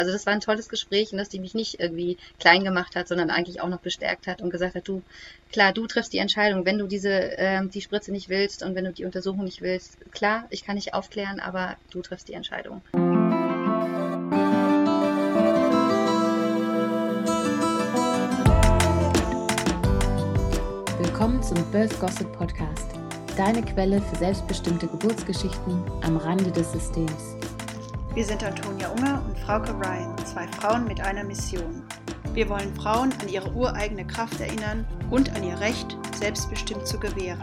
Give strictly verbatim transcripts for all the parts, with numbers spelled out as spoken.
Also das war ein tolles Gespräch und dass die mich nicht irgendwie klein gemacht hat, sondern eigentlich auch noch bestärkt hat und gesagt hat, du, klar, du triffst die Entscheidung, wenn du diese, ähm, die Spritze nicht willst und wenn du die Untersuchung nicht willst, klar, ich kann dich aufklären, aber du triffst die Entscheidung. Willkommen zum Birth Gossip Podcast, deine Quelle für selbstbestimmte Geburtsgeschichten am Rande des Systems. Wir sind Antonia Unger und Frauke Ryan, zwei Frauen mit einer Mission. Wir wollen Frauen an ihre ureigene Kraft erinnern und an ihr Recht, selbstbestimmt zu gebären.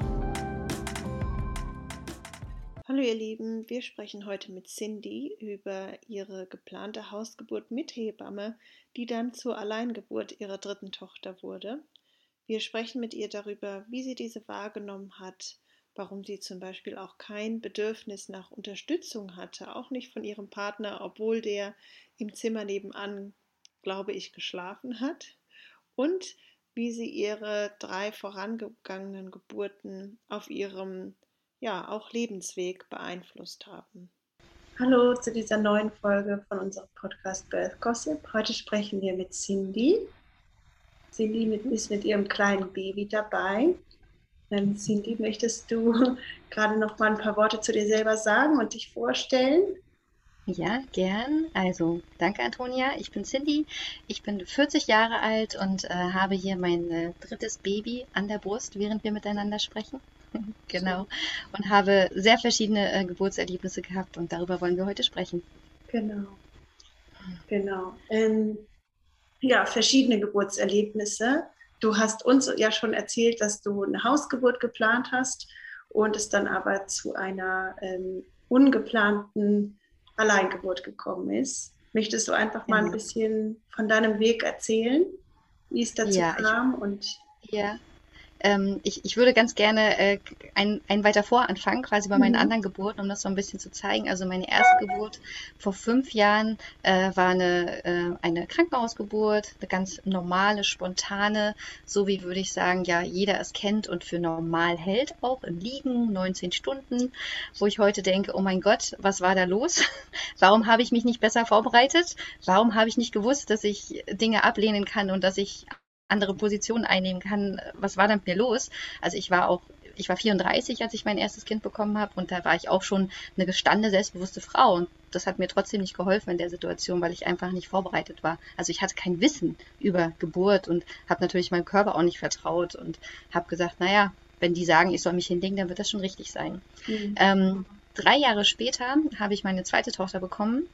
Hallo ihr Lieben, wir sprechen heute mit Cindy über ihre geplante Hausgeburt mit Hebamme, die dann zur Alleingeburt ihrer dritten Tochter wurde. Wir sprechen mit ihr darüber, wie sie diese wahrgenommen hat, warum sie zum Beispiel auch kein Bedürfnis nach Unterstützung hatte, auch nicht von ihrem Partner, obwohl der im Zimmer nebenan, glaube ich, geschlafen hat, und wie sie ihre drei vorangegangenen Geburten auf ihrem, ja, auch Lebensweg beeinflusst haben. Hallo zu dieser neuen Folge von unserem Podcast Birth Gossip. Heute sprechen wir mit Cindy. Cindy mit, ist mit ihrem kleinen Baby dabei. Ähm, Cindy, möchtest du gerade noch mal ein paar Worte zu dir selber sagen und dich vorstellen? Ja, gern. Also, danke Antonia. Ich bin Cindy. Ich bin vierzig Jahre alt und äh, habe hier mein äh, drittes Baby an der Brust, während wir miteinander sprechen. Genau. Und habe sehr verschiedene äh, Geburtserlebnisse gehabt und darüber wollen wir heute sprechen. Genau. Genau. Ähm, ja, verschiedene Geburtserlebnisse. Du hast uns ja schon erzählt, dass du eine Hausgeburt geplant hast und es dann aber zu einer ähm, ungeplanten Alleingeburt gekommen ist. Möchtest du einfach mal ein bisschen von deinem Weg erzählen, wie es dazu Ja, kam? Und Ja, ähm, ich, ich würde ganz gerne äh, ein, ein weiter vor anfangen, quasi bei meinen Mhm. anderen Geburten, um das so ein bisschen zu zeigen. Also meine erste Geburt vor fünf Jahren äh, war eine, äh, eine Krankenhausgeburt, eine ganz normale, spontane, so wie würde ich sagen, ja, jeder es kennt und für normal hält, auch im Liegen, neunzehn Stunden, wo ich heute denke, oh mein Gott, was war da los? Warum habe ich mich nicht besser vorbereitet? Warum habe ich nicht gewusst, dass ich Dinge ablehnen kann und dass ich andere Positionen einnehmen kann? Was war da mit mir los? Also ich war auch, ich war vierunddreißig, als ich mein erstes Kind bekommen habe, und da war ich auch schon eine gestandene, selbstbewusste Frau, und das hat mir trotzdem nicht geholfen in der Situation, weil ich einfach nicht vorbereitet war. Also ich hatte kein Wissen über Geburt und habe natürlich meinem Körper auch nicht vertraut und habe gesagt, naja, wenn die sagen, ich soll mich hinlegen, dann wird das schon richtig sein. Mhm. Ähm, drei Jahre später habe ich meine zweite Tochter bekommen.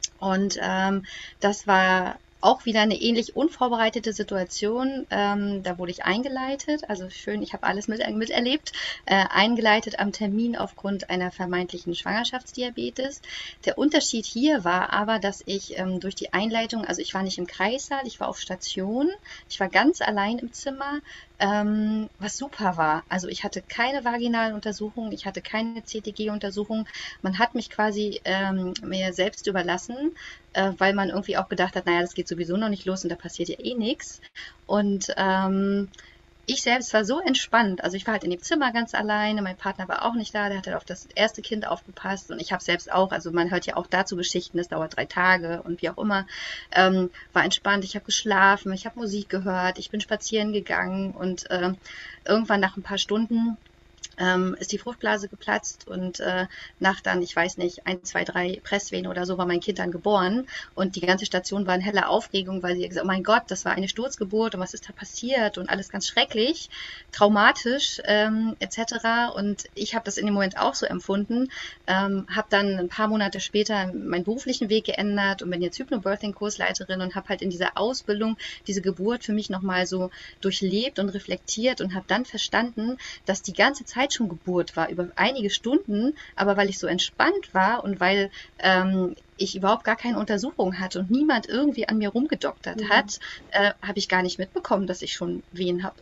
Und ähm, das war auch wieder eine ähnlich unvorbereitete Situation. Ähm, da wurde ich eingeleitet, also schön, ich habe alles mit, miterlebt, äh, eingeleitet am Termin aufgrund einer vermeintlichen Schwangerschaftsdiabetes. Der Unterschied hier war aber, dass ich ähm, durch die Einleitung, also ich war nicht im Kreissaal, ich war auf Station, ich war ganz allein im Zimmer, ähm, was super war. Also ich hatte keine vaginalen Untersuchungen, ich hatte keine C T G-Untersuchung. Man hat mich quasi ähm, mir selbst überlassen, äh, weil man irgendwie auch gedacht hat, naja, das geht sowieso noch nicht los und da passiert ja eh nichts. Und ähm, ich selbst war so entspannt. Also ich war halt in dem Zimmer ganz alleine, mein Partner war auch nicht da, der hat halt auf das erste Kind aufgepasst und ich habe selbst auch, also man hört ja auch dazu Geschichten, das dauert drei Tage und wie auch immer, ähm, war entspannt, ich habe geschlafen, ich habe Musik gehört, ich bin spazieren gegangen und äh, irgendwann nach ein paar Stunden ähm, ist die Fruchtblase geplatzt und äh, nach dann, ich weiß nicht, ein, zwei, drei Presswehen oder so war mein Kind dann geboren und die ganze Station war in heller Aufregung, weil sie gesagt, oh mein Gott, das war eine Sturzgeburt und was ist da passiert und alles ganz schrecklich, traumatisch ähm, et cetera. Und ich habe das in dem Moment auch so empfunden, ähm, habe dann ein paar Monate später meinen beruflichen Weg geändert und bin jetzt Hypnobirthing-Kursleiterin und habe halt in dieser Ausbildung diese Geburt für mich nochmal so durchlebt und reflektiert und habe dann verstanden, dass die ganze Zeit schon Geburt war, über einige Stunden, aber weil ich so entspannt war und weil ähm, ich überhaupt gar keine Untersuchung hatte und niemand irgendwie an mir rumgedoktert Mhm. hat, äh, habe ich gar nicht mitbekommen, dass ich schon Wehen habe.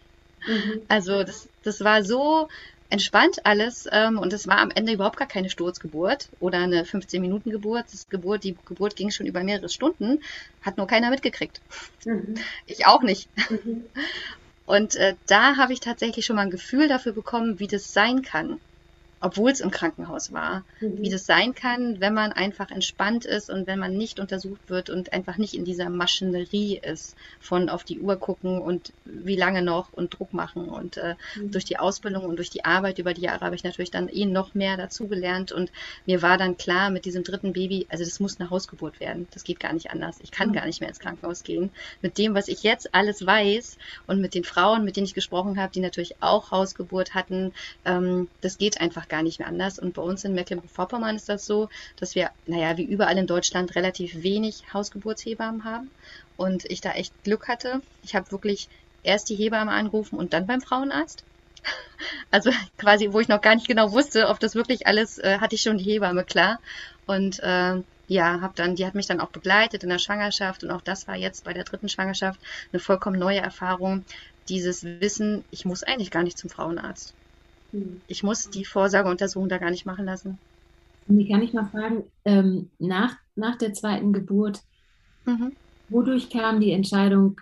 Mhm. Also das, das war so entspannt alles ähm, und es war am Ende überhaupt gar keine Sturzgeburt oder eine fünfzehn-Minuten-Geburt. Das Geburt, die Geburt ging schon über mehrere Stunden, hat nur keiner mitgekriegt. Mhm. Ich auch nicht. Mhm. Und äh, da habe ich tatsächlich schon mal ein Gefühl dafür bekommen, wie das sein kann. obwohl es im Krankenhaus war, Mhm. wie das sein kann, wenn man einfach entspannt ist und wenn man nicht untersucht wird und einfach nicht in dieser Maschinerie ist von auf die Uhr gucken und wie lange noch und Druck machen. Und äh, Mhm. durch die Ausbildung und durch die Arbeit über die Jahre habe ich natürlich dann eh noch mehr dazugelernt und mir war dann klar, mit diesem dritten Baby, also das muss eine Hausgeburt werden. Das geht gar nicht anders. Ich kann Mhm. gar nicht mehr ins Krankenhaus gehen. Mit dem, was ich jetzt alles weiß und mit den Frauen, mit denen ich gesprochen habe, die natürlich auch Hausgeburt hatten, ähm, das geht einfach gar nicht mehr anders. Und bei uns in Mecklenburg-Vorpommern ist das so, dass wir, naja, wie überall in Deutschland relativ wenig Hausgeburtshebammen haben. Und ich da echt Glück hatte. Ich habe wirklich erst die Hebamme angerufen und dann beim Frauenarzt. Also quasi, wo ich noch gar nicht genau wusste, ob das wirklich alles, äh, hatte ich schon die Hebamme klar. Und äh, ja, habe dann, die hat mich dann auch begleitet in der Schwangerschaft und auch das war jetzt bei der dritten Schwangerschaft eine vollkommen neue Erfahrung. Dieses Wissen, ich muss eigentlich gar nicht zum Frauenarzt. Mhm. Ich muss die Vorsorgeuntersuchung da gar nicht machen lassen. Wie kann ich mal fragen, ähm, nach, nach der zweiten Geburt, Mhm. wodurch kam die Entscheidung,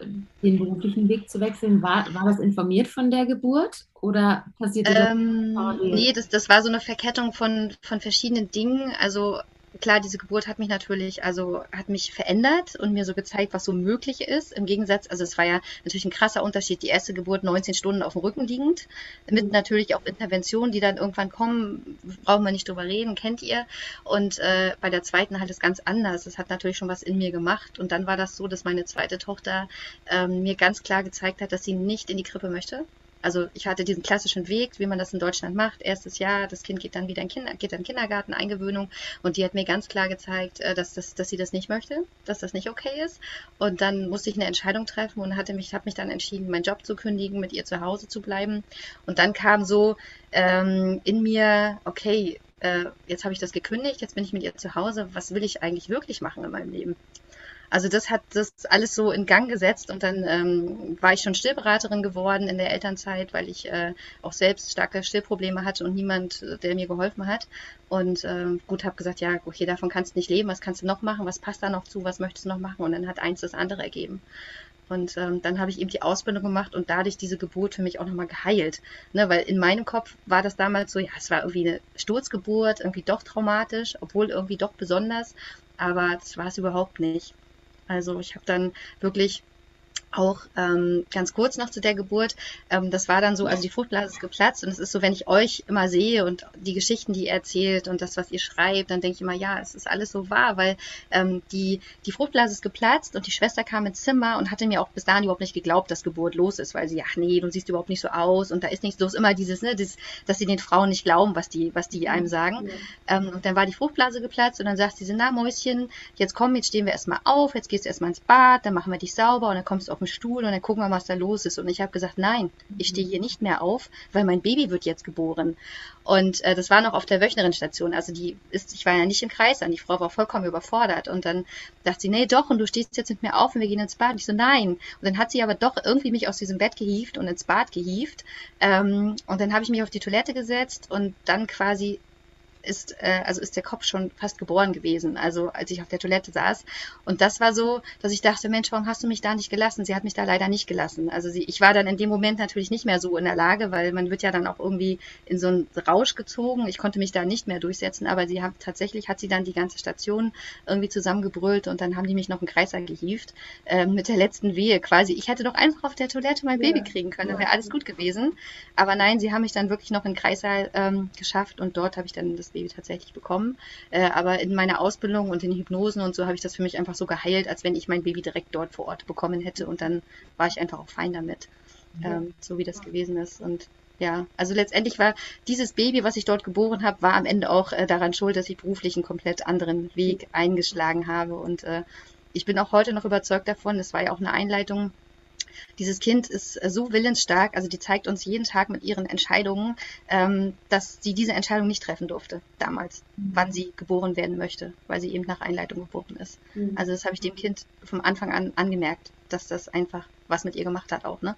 den beruflichen Weg zu wechseln? War, war das informiert von der Geburt oder passierte das Ähm, parallel? nee, das, das war so eine Verkettung von, von verschiedenen Dingen. Also klar, diese Geburt hat mich natürlich, also hat mich verändert und mir so gezeigt, was so möglich ist. Im Gegensatz, also es war ja natürlich ein krasser Unterschied. Die erste Geburt neunzehn Stunden auf dem Rücken liegend, mit Mhm. natürlich auch Interventionen, die dann irgendwann kommen, brauchen wir nicht drüber reden, kennt ihr. Und äh, bei der zweiten halt ist ganz anders. Das hat natürlich schon was in mir gemacht. Und dann war das so, dass meine zweite Tochter ähm, mir ganz klar gezeigt hat, dass sie nicht in die Krippe möchte. Also ich hatte diesen klassischen Weg, wie man das in Deutschland macht. Erstes Jahr, das Kind geht dann wieder in Kinder, geht dann in den Kindergarten, Eingewöhnung. Und die hat mir ganz klar gezeigt, äh, dass, das, dass sie das nicht möchte, dass das nicht okay ist. Und dann musste ich eine Entscheidung treffen und hatte mich, habe mich dann entschieden, meinen Job zu kündigen, mit ihr zu Hause zu bleiben. Und dann kam so ähm, in mir, okay, äh, jetzt habe ich das gekündigt, jetzt bin ich mit ihr zu Hause. Was will ich eigentlich wirklich machen in meinem Leben? Also das hat das alles so in Gang gesetzt und dann ähm, war ich schon Stillberaterin geworden in der Elternzeit, weil ich äh, auch selbst starke Stillprobleme hatte und niemand, äh, der mir geholfen hat. Und ähm, gut, habe gesagt, ja, okay, davon kannst du nicht leben, was kannst du noch machen, was passt da noch zu, was möchtest du noch machen? Und dann hat eins das andere ergeben. Und ähm, dann habe ich eben die Ausbildung gemacht und dadurch diese Geburt für mich auch nochmal geheilt. Ne, weil in meinem Kopf war das damals so, ja, es war irgendwie eine Sturzgeburt, irgendwie doch traumatisch, obwohl irgendwie doch besonders, aber das war es überhaupt nicht. Also ich habe dann wirklich auch ähm, ganz kurz noch zu der Geburt, ähm, das war dann so, also die Fruchtblase ist geplatzt und es ist so, wenn ich euch immer sehe und die Geschichten, die ihr erzählt und das, was ihr schreibt, dann denke ich immer, ja, es ist alles so wahr, weil ähm, die, die Fruchtblase ist geplatzt und die Schwester kam ins Zimmer und hatte mir auch bis dahin überhaupt nicht geglaubt, dass Geburt los ist, weil sie, ach nee, du siehst überhaupt nicht so aus und da ist nichts los, immer dieses, ne, dieses, dass sie den Frauen nicht glauben, was die, was die einem sagen. Ja. Ähm, und dann war die Fruchtblase geplatzt und dann sagt sie, na Mäuschen, jetzt komm, jetzt stehen wir erstmal auf, jetzt gehst du erstmal ins Bad, dann machen wir dich sauber und dann kommst du auf den Stuhl und dann gucken wir, was da los ist. Und ich habe gesagt, nein, ich stehe hier nicht mehr auf, weil mein Baby wird jetzt geboren. Und äh, das war noch auf der Wöchnerinstation. Also die ist, ich war ja nicht im Kreis an, die Frau war vollkommen überfordert. Und dann dachte sie, nee, doch, und du stehst jetzt mit mir auf und wir gehen ins Bad. Und ich so, nein. Und dann hat sie aber doch irgendwie mich aus diesem Bett gehievt und ins Bad gehievt. Ähm, und dann habe ich mich auf die Toilette gesetzt und dann quasi ist, äh, also ist der Kopf schon fast geboren gewesen, also als ich auf der Toilette saß. Und das war so, dass ich dachte, Mensch, warum hast du mich da nicht gelassen? Sie hat mich da leider nicht gelassen. Also sie, ich war dann in dem Moment natürlich nicht mehr so in der Lage, weil man wird ja dann auch irgendwie in so einen Rausch gezogen. Ich konnte mich da nicht mehr durchsetzen, aber sie hat tatsächlich, hat sie dann die ganze Station irgendwie zusammengebrüllt und dann haben die mich noch einen Kreiser gehievt, äh, mit der letzten Wehe quasi. Ich hätte doch einfach auf der Toilette mein Ja. Baby kriegen können, dann wäre alles gut gewesen. Aber nein, sie haben mich dann wirklich noch in den Kreißsaal ähm, geschafft und dort habe ich dann das Baby tatsächlich bekommen. Äh, aber in meiner Ausbildung und in Hypnosen und so habe ich das für mich einfach so geheilt, als wenn ich mein Baby direkt dort vor Ort bekommen hätte und dann war ich einfach auch fein damit, ähm, so wie das gewesen ist. Und ja, also letztendlich war dieses Baby, was ich dort geboren habe, war am Ende auch äh, daran schuld, dass ich beruflich einen komplett anderen Weg eingeschlagen habe und äh, ich bin auch heute noch überzeugt davon, das war ja auch eine Einleitung. Dieses Kind ist so willensstark, also die zeigt uns jeden Tag mit ihren Entscheidungen, ähm, dass sie diese Entscheidung nicht treffen durfte damals, wann sie geboren werden möchte, weil sie eben nach Einleitung geboren ist. Mhm. Also das habe ich dem Kind vom Anfang an angemerkt, dass das einfach was mit ihr gemacht hat auch, ne?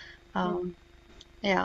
Ähm, ja,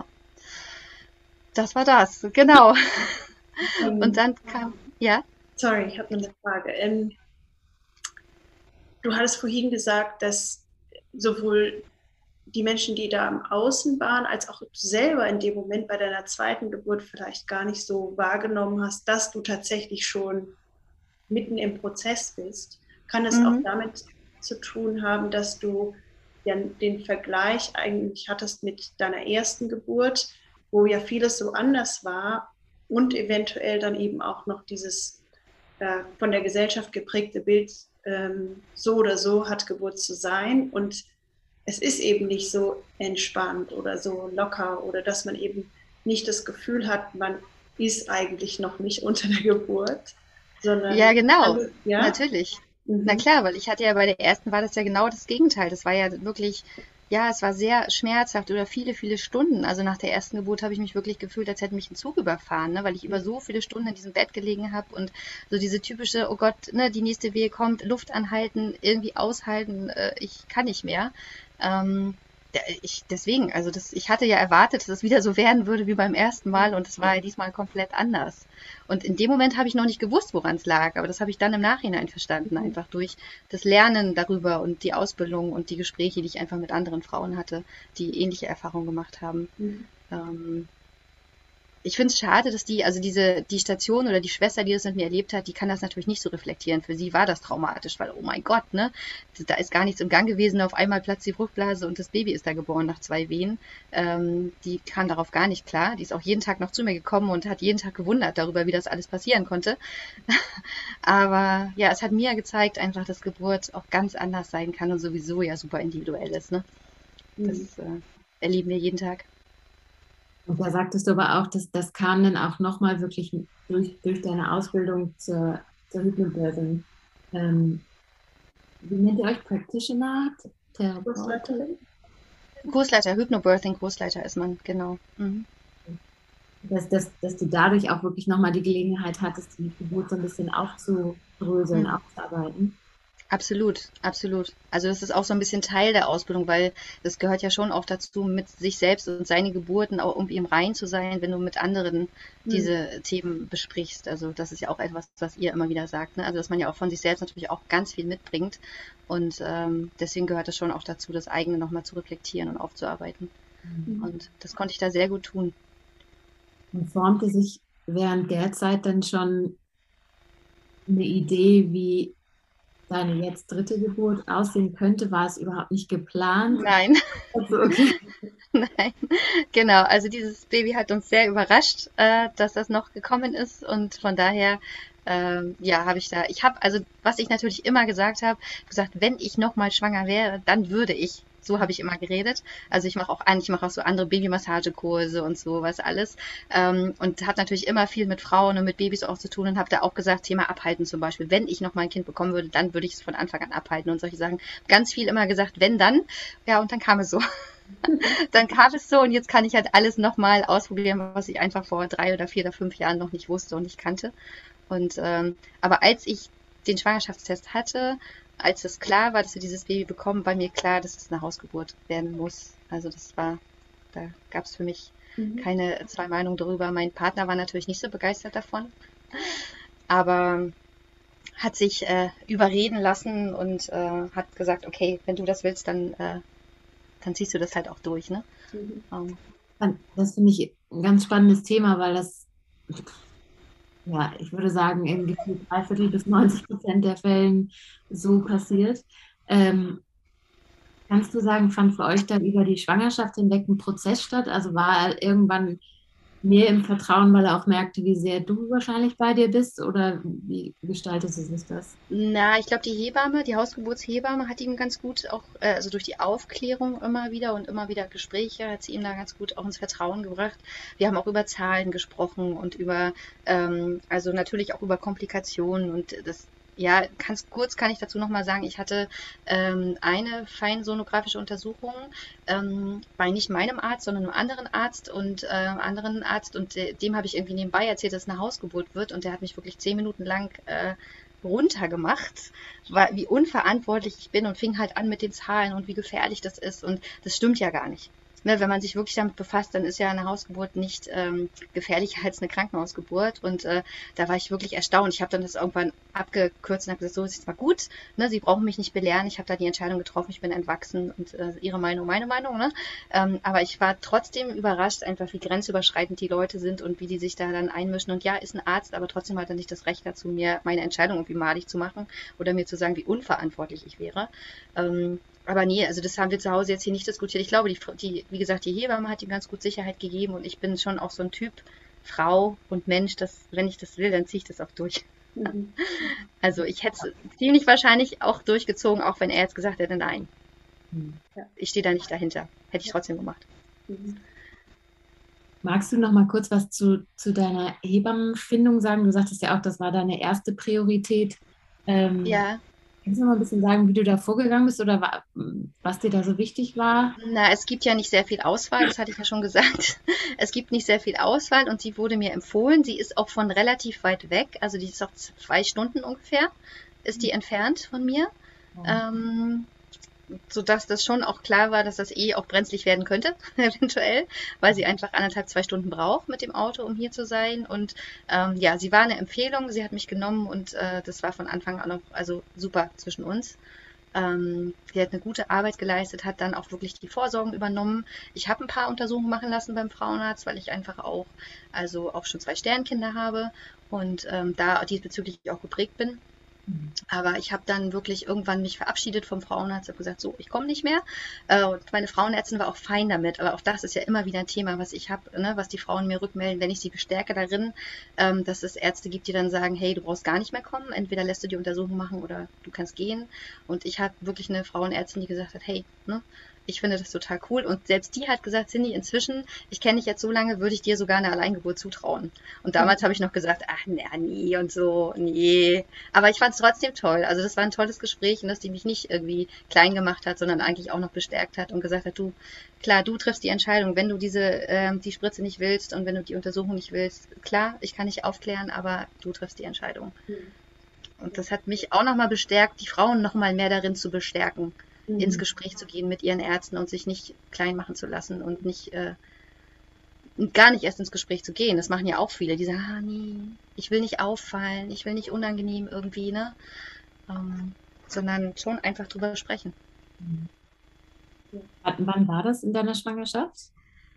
das war das, genau. Ähm, Und dann kam, ja, Sorry, ich habe noch eine Frage. Ähm, du hattest vorhin gesagt, dass sowohl die Menschen, die da im Außen waren, als auch du selber in dem Moment bei deiner zweiten Geburt vielleicht gar nicht so wahrgenommen hast, dass du tatsächlich schon mitten im Prozess bist, kann es auch Mhm. damit zu tun haben, dass du ja den Vergleich eigentlich hattest mit deiner ersten Geburt, wo ja vieles so anders war und eventuell dann eben auch noch dieses äh, von der Gesellschaft geprägte Bild, ähm, so oder so hat Geburt zu sein, und es ist eben nicht so entspannt oder so locker, oder dass man eben nicht das Gefühl hat, man ist eigentlich noch nicht unter der Geburt, sondern Ja, genau, ja. natürlich. Na Mhm. klar, weil ich hatte ja bei der ersten war das ja genau das Gegenteil. Das war ja wirklich, ja, es war sehr schmerzhaft über viele, viele Stunden. Also nach der ersten Geburt habe ich mich wirklich gefühlt, als hätte mich ein Zug überfahren, ne? Weil ich über so viele Stunden in diesem Bett gelegen habe und so diese typische, oh Gott, ne, die nächste Wehe kommt, Luft anhalten, irgendwie aushalten, äh, ich kann nicht mehr. Ähm, ja, ich, deswegen, also das, ich hatte ja erwartet, dass es wieder so werden würde wie beim ersten Mal, und es war ja diesmal komplett anders. Und in dem Moment habe ich noch nicht gewusst, woran es lag, aber das habe ich dann im Nachhinein verstanden, einfach durch das Lernen darüber und die Ausbildung und die Gespräche, die ich einfach mit anderen Frauen hatte, die ähnliche Erfahrungen gemacht haben. Mhm. Ähm, ich finde es schade, dass die, also diese, die Station oder die Schwester, die das mit mir erlebt hat, die kann das natürlich nicht so reflektieren. Für sie war das traumatisch, weil, oh mein Gott, ne, da ist gar nichts im Gang gewesen, auf einmal platzt die Fruchtblase und das Baby ist da geboren nach zwei Wehen. Ähm, die kam darauf gar nicht klar. Die ist auch jeden Tag noch zu mir gekommen und hat jeden Tag gewundert darüber, wie das alles passieren konnte. Aber ja, es hat mir gezeigt einfach, dass Geburt auch ganz anders sein kann und sowieso ja super individuell ist, ne? Das Mhm. äh, erleben wir jeden Tag. Und da sagtest du aber auch, dass das kam dann auch nochmal wirklich durch, durch deine Ausbildung zur, zur Hypnobirthing. Ähm, wie nennt ihr euch? Practitioner? Therapeutin? Kursleiter, Hypnobirthing, Kursleiter ist man, genau. Mhm. Dass, dass, dass du dadurch auch wirklich nochmal die Gelegenheit hattest, die Geburt so ein bisschen aufzudröseln, Mhm. aufzuarbeiten. Absolut, absolut. Also das ist auch so ein bisschen Teil der Ausbildung, weil das gehört ja schon auch dazu, mit sich selbst und seine Geburten auch irgendwie im Reinen zu sein, wenn du mit anderen Mhm. diese Themen besprichst. Also das ist ja auch etwas, was ihr immer wieder sagt, ne? Also dass man ja auch von sich selbst natürlich auch ganz viel mitbringt. Und ähm, deswegen gehört es schon auch dazu, das eigene nochmal zu reflektieren und aufzuarbeiten. Mhm. Und das konnte ich da sehr gut tun. Und formte sich während der Zeit dann schon eine Idee, wie deine jetzt dritte Geburt aussehen könnte? War es überhaupt nicht geplant? Nein. Also, okay. Nein, genau. Also dieses Baby hat uns sehr überrascht, äh, dass das noch gekommen ist, und von daher, ähm, ja, habe ich da, ich habe, also was ich natürlich immer gesagt habe, gesagt, wenn ich noch mal schwanger wäre, dann würde ich. So habe ich immer geredet. Also ich mache auch an, ich mache auch so andere Babymassagekurse und sowas alles. Ähm, und hat natürlich immer viel mit Frauen und mit Babys auch zu tun, und habe da auch gesagt, Thema Abhalten zum Beispiel. Wenn ich noch mal ein Kind bekommen würde, dann würde ich es von Anfang an abhalten und solche Sachen. Ganz viel immer gesagt, wenn dann. Ja, und dann kam es so. Dann kam es so, und jetzt kann ich halt alles nochmal ausprobieren, was ich einfach vor drei oder vier oder fünf Jahren noch nicht wusste und nicht kannte. Und ähm, aber als ich den Schwangerschaftstest hatte, als es klar war, dass wir dieses Baby bekommen, war mir klar, dass es eine Hausgeburt werden muss. Also das war, da gab es für mich Mhm. keine zwei Meinungen darüber. Mein Partner war natürlich nicht so begeistert davon, aber hat sich äh, überreden lassen und äh, hat gesagt, okay, wenn du das willst, dann, äh, dann ziehst du das halt auch durch, ne? Mhm. Ähm, Das finde ich ein ganz spannendes Thema, weil das, ja, ich würde sagen, in gefühlt dreiviertel bis neunzig Prozent der Fällen so passiert. Ähm, kannst du sagen, fand für euch dann über die Schwangerschaft hinweg ein Prozess statt? Also war er irgendwann mehr im Vertrauen, weil er auch merkte, wie sehr du wahrscheinlich bei dir bist? Oder wie gestaltete sich das? Na, ich glaube, die Hebamme, die Hausgeburtshebamme hat ihm ganz gut auch, äh, also durch die Aufklärung immer wieder und immer wieder Gespräche, hat sie ihm da ganz gut auch ins Vertrauen gebracht. Wir haben auch über Zahlen gesprochen und über, ähm, also natürlich auch über Komplikationen, und das, ja, ganz kurz kann ich dazu nochmal sagen, ich hatte ähm, eine feinsonografische Untersuchung ähm, bei nicht meinem Arzt, sondern einem anderen Arzt und äh, anderen Arzt, und äh, dem habe ich irgendwie nebenbei erzählt, dass es eine Hausgeburt wird, und der hat mich wirklich zehn Minuten lang äh, runtergemacht, war, wie unverantwortlich ich bin, und fing halt an mit den Zahlen und wie gefährlich das ist, und das stimmt ja gar nicht. ne, wenn man sich wirklich damit befasst, dann ist ja eine Hausgeburt nicht ähm, gefährlicher als eine Krankenhausgeburt. Und äh, da war ich wirklich erstaunt. Ich habe dann das irgendwann abgekürzt und habe gesagt, so ist jetzt mal gut. Ne, Sie brauchen mich nicht belehren. Ich habe da die Entscheidung getroffen. Ich bin entwachsen und äh, Ihre Meinung, meine Meinung. Ne? Ähm, aber ich war trotzdem überrascht, einfach wie grenzüberschreitend die Leute sind und wie die sich da dann einmischen. Und ja, ist ein Arzt, aber trotzdem hat er nicht das Recht dazu, mir meine Entscheidung irgendwie malig zu machen oder mir zu sagen, wie unverantwortlich ich wäre. Ähm, aber nee, also das haben wir zu Hause jetzt hier nicht diskutiert. Ich glaube, die, die, wie gesagt, die Hebamme hat ihm ganz gut Sicherheit gegeben und ich bin schon auch so ein Typ Frau und Mensch, dass wenn ich das will, dann ziehe ich das auch durch. Mhm. Also ich hätte es ziemlich wahrscheinlich auch durchgezogen, auch wenn er jetzt gesagt hätte, nein, Ja. ich stehe da nicht dahinter. Hätte ich trotzdem gemacht. Mhm. Magst du noch mal kurz was zu, zu deiner Hebammenfindung sagen? Du sagtest ja auch, das war deine erste Priorität. Ähm, Ja, Kannst du noch mal ein bisschen sagen, wie du da vorgegangen bist oder wa was dir da so wichtig war? na, es gibt ja nicht sehr viel Auswahl, das hatte ich ja schon gesagt. Es gibt nicht sehr viel Auswahl und sie wurde mir empfohlen. Sie ist auch von relativ weit weg, also die ist auch zwei Stunden ungefähr, ist die entfernt von mir. Ähm, sodass das schon auch klar war, dass das eh auch brenzlig werden könnte, eventuell, weil sie einfach anderthalb, zwei Stunden braucht mit dem Auto, um hier zu sein. Und ähm, ja, sie war eine Empfehlung, sie hat mich genommen und äh, das war von Anfang an auch also super zwischen uns. Ähm, sie hat eine gute Arbeit geleistet, hat dann auch wirklich die Vorsorgen übernommen. Ich habe ein paar Untersuchungen machen lassen beim Frauenarzt, weil ich einfach auch, also auch schon zwei Sternkinder habe und ähm, da diesbezüglich auch geprägt bin. Aber ich habe dann wirklich irgendwann mich verabschiedet vom Frauenarzt, habe gesagt, so, ich komme nicht mehr. Äh, und meine Frauenärztin war auch fein damit. Aber auch das ist ja immer wieder ein Thema, was ich habe, ne, was die Frauen mir rückmelden, wenn ich sie bestärke darin, ähm, dass es Ärzte gibt, die dann sagen, hey, du brauchst gar nicht mehr kommen. Entweder lässt du die Untersuchung machen oder du kannst gehen. Und ich habe wirklich eine Frauenärztin, die gesagt hat, hey, ne, ich finde das total cool. Und selbst die hat gesagt, Cindy, inzwischen, ich kenne dich jetzt so lange, würde ich dir sogar eine Alleingeburt zutrauen. Und damals habe ich noch gesagt, ach, na, nee und so, nee. Aber ich fand es trotzdem toll. Also das war ein tolles Gespräch, und dass die mich nicht irgendwie klein gemacht hat, sondern eigentlich auch noch bestärkt hat und gesagt hat, du, klar, du triffst die Entscheidung, wenn du diese ähm, die Spritze nicht willst und wenn du die Untersuchung nicht willst. Klar, ich kann dich aufklären, aber du triffst die Entscheidung. Und das hat mich auch nochmal bestärkt, die Frauen nochmal mehr darin zu bestärken, Mhm. ins Gespräch zu gehen mit ihren Ärzten und sich nicht klein machen zu lassen und nicht äh, und gar nicht erst ins Gespräch zu gehen. Das machen ja auch viele, die sagen, ah nee, ich will nicht auffallen, ich will nicht unangenehm irgendwie, ne? Ähm, sondern schon einfach drüber sprechen. Wann wann war das in deiner Schwangerschaft?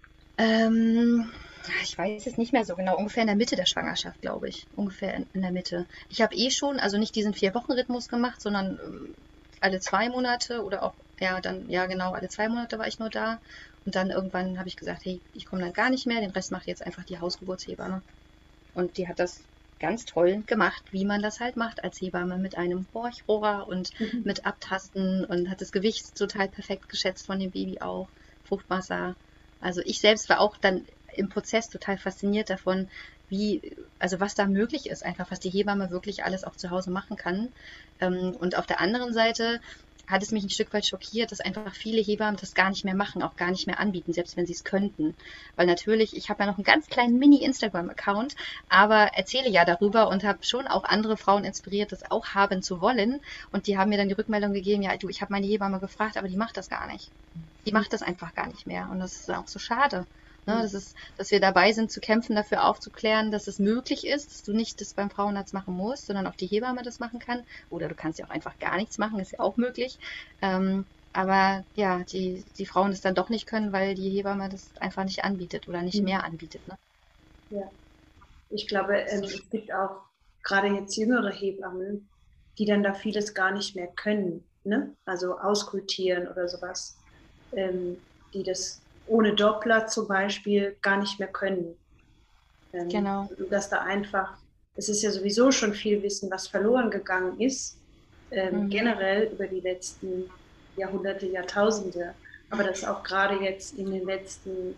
Ähm, ich weiß es nicht mehr so genau, ungefähr in der Mitte der Schwangerschaft, glaube ich. Ungefähr in, in der Mitte. Ich habe eh schon, also nicht diesen Vier-Wochen-Rhythmus gemacht, sondern ähm, alle zwei Monate oder auch, ja, dann, ja genau, alle zwei Monate war ich nur da. Und dann irgendwann habe ich gesagt, hey, ich komme dann gar nicht mehr, den Rest macht jetzt einfach die Hausgeburtshebamme. Und die hat das ganz toll gemacht, wie man das halt macht als Hebamme mit einem Horchrohr und Mhm. mit Abtasten und hat das Gewicht total perfekt geschätzt von dem Baby auch, Fruchtwasser. Also ich selbst war auch dann im Prozess total fasziniert davon, wie, also was da möglich ist, einfach was die Hebamme wirklich alles auch zu Hause machen kann. Ähm, Und auf der anderen Seite hat es mich ein Stück weit schockiert, dass einfach viele Hebammen das gar nicht mehr machen, auch gar nicht mehr anbieten, selbst wenn sie es könnten. Weil natürlich, ich habe ja noch einen ganz kleinen Mini-Instagram-Account, aber erzähle ja darüber und habe schon auch andere Frauen inspiriert, das auch haben zu wollen. Und die haben mir dann die Rückmeldung gegeben, ja, du, ich habe meine Hebamme gefragt, aber die macht das gar nicht. Die macht das einfach gar nicht mehr. Und das ist auch so schade. Ne? Das ist, dass wir dabei sind, zu kämpfen, dafür aufzuklären, dass es möglich ist, dass du nicht das beim Frauenarzt machen musst, sondern auch die Hebamme das machen kann. Oder du kannst ja auch einfach gar nichts machen, ist ja auch möglich. Ähm, aber ja, die, die Frauen das dann doch nicht können, weil die Hebamme das einfach nicht anbietet oder nicht mehr anbietet. Ne? Ja. Ich glaube, ähm, es gibt auch gerade jetzt jüngere Hebammen, die dann da vieles gar nicht mehr können. Ne? Also auskultieren oder sowas. Ähm, die das ohne Doppler zum Beispiel gar nicht mehr können. Ähm, Genau. Dass da einfach, es ist ja sowieso schon viel Wissen, was verloren gegangen ist, ähm, Mhm. generell über die letzten Jahrhunderte, Jahrtausende. Aber dass auch gerade jetzt in den letzten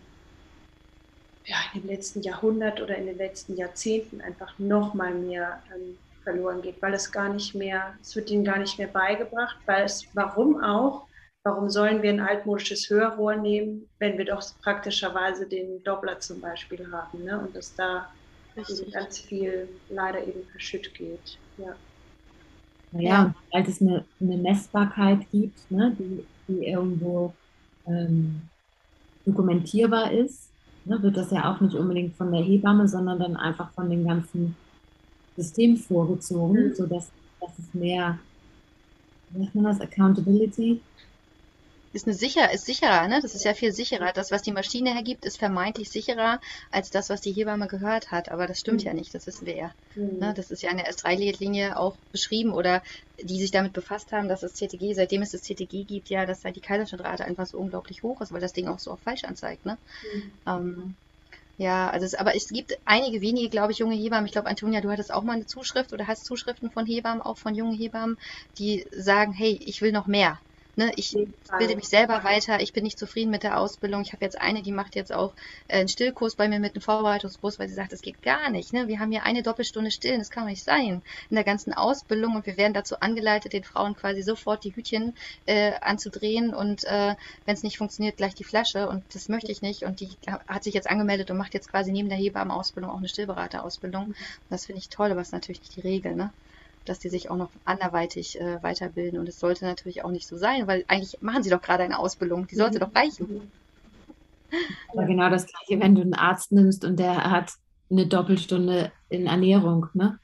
ja, in dem letzten Jahrhundert oder in den letzten Jahrzehnten einfach noch mal mehr ähm, verloren geht, weil es gar nicht mehr, es wird ihnen gar nicht mehr beigebracht, weil es, warum auch, warum sollen wir ein altmodisches Hörrohr nehmen, wenn wir doch praktischerweise den Doppler zum Beispiel haben, ne? Und dass da eben ganz viel leider eben verschütt geht. Ja. Naja, Ja. und weil es eine, eine Messbarkeit gibt, ne, die, die irgendwo ähm, dokumentierbar ist, ne, wird das ja auch nicht unbedingt von der Hebamme, sondern dann einfach von dem ganzen System vorgezogen, Mhm. sodass dass es mehr, wie nennt man das, Accountability. Ist eine sicher, ist sicherer, ne? Das ist ja viel sicherer. Das, was die Maschine hergibt, ist vermeintlich sicherer als das, was die Hebamme gehört hat. Aber das stimmt ja nicht, das wissen wir ja. Ne? Mhm. Das ist ja in der S drei Leitlinie auch beschrieben oder die sich damit befasst haben, dass das C T G, seitdem es das C T G gibt, ja, dass da die Kaiserschnittrate einfach so unglaublich hoch ist, weil das Ding auch so oft falsch anzeigt, ne? Mhm. Ähm, ja, also es, aber es gibt einige wenige, glaube ich, junge Hebammen. Ich glaube, Antonia, du hattest auch mal eine Zuschrift oder hast Zuschriften von Hebammen, auch von jungen Hebammen, die sagen, hey, ich will noch mehr. Ne, ich jeden bilde Fall. mich selber weiter, ich bin nicht zufrieden mit der Ausbildung. Ich habe jetzt eine, die macht jetzt auch äh, einen Stillkurs bei mir mit einem Vorbereitungskurs, weil sie sagt, das geht gar nicht. Ne? Wir haben hier eine Doppelstunde stillen, das kann doch nicht sein in der ganzen Ausbildung und wir werden dazu angeleitet, den Frauen quasi sofort die Hütchen äh, anzudrehen und äh, wenn es nicht funktioniert, gleich die Flasche und das möchte ich nicht. Und die hat sich jetzt angemeldet und macht jetzt quasi neben der Hebammenausbildung auch eine Stillberaterausbildung. Und das finde ich toll, aber das ist natürlich nicht die Regel, ne? Dass die sich auch noch anderweitig äh, weiterbilden. Und es sollte natürlich auch nicht so sein, weil eigentlich machen sie doch gerade eine Ausbildung. Die sollte doch reichen. Aber Ja. genau das Gleiche, wenn du einen Arzt nimmst und der hat eine Doppelstunde in Ernährung, ne?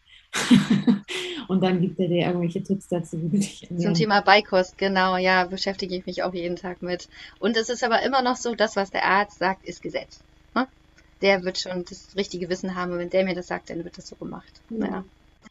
Und dann gibt er dir irgendwelche Tipps dazu, wie du dich Zum ernähren. Thema Beikost, genau, ja, beschäftige ich mich auch jeden Tag mit. Und es ist aber immer noch so, das, was der Arzt sagt, ist Gesetz. Ne? Der wird schon das richtige Wissen haben und wenn der mir das sagt, dann wird das so gemacht. Ja.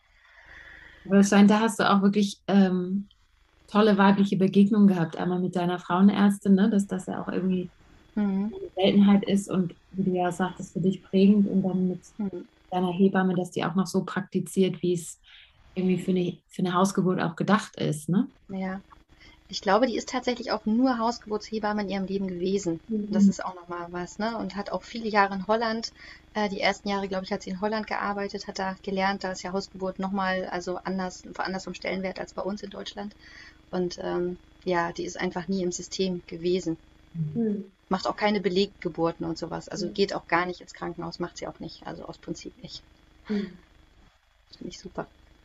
Aber es scheint, da hast du auch wirklich ähm, tolle weibliche Begegnungen gehabt. Einmal mit deiner Frauenärztin, ne? Dass das ja auch irgendwie Mhm. eine Seltenheit ist und wie du ja sagtest, für dich prägend und dann mit Mhm. deiner Hebamme, dass die auch noch so praktiziert, wie es irgendwie für eine, für eine Hausgeburt auch gedacht ist, ne? Ja. Ich glaube, die ist tatsächlich auch nur Hausgeburtshebamme in ihrem Leben gewesen. Das ist auch nochmal was, ne? Und hat auch viele Jahre in Holland, äh, die ersten Jahre, glaube ich, hat sie in Holland gearbeitet, hat da gelernt, da ist ja Hausgeburt nochmal, also anders, anders vom Stellenwert als bei uns in Deutschland. Und ähm, ja, die ist einfach nie im System gewesen. Mhm. Macht auch keine Beleggeburten und sowas. Also geht auch gar nicht ins Krankenhaus, macht sie auch nicht. Also aus Prinzip nicht. Mhm. Das finde ich super.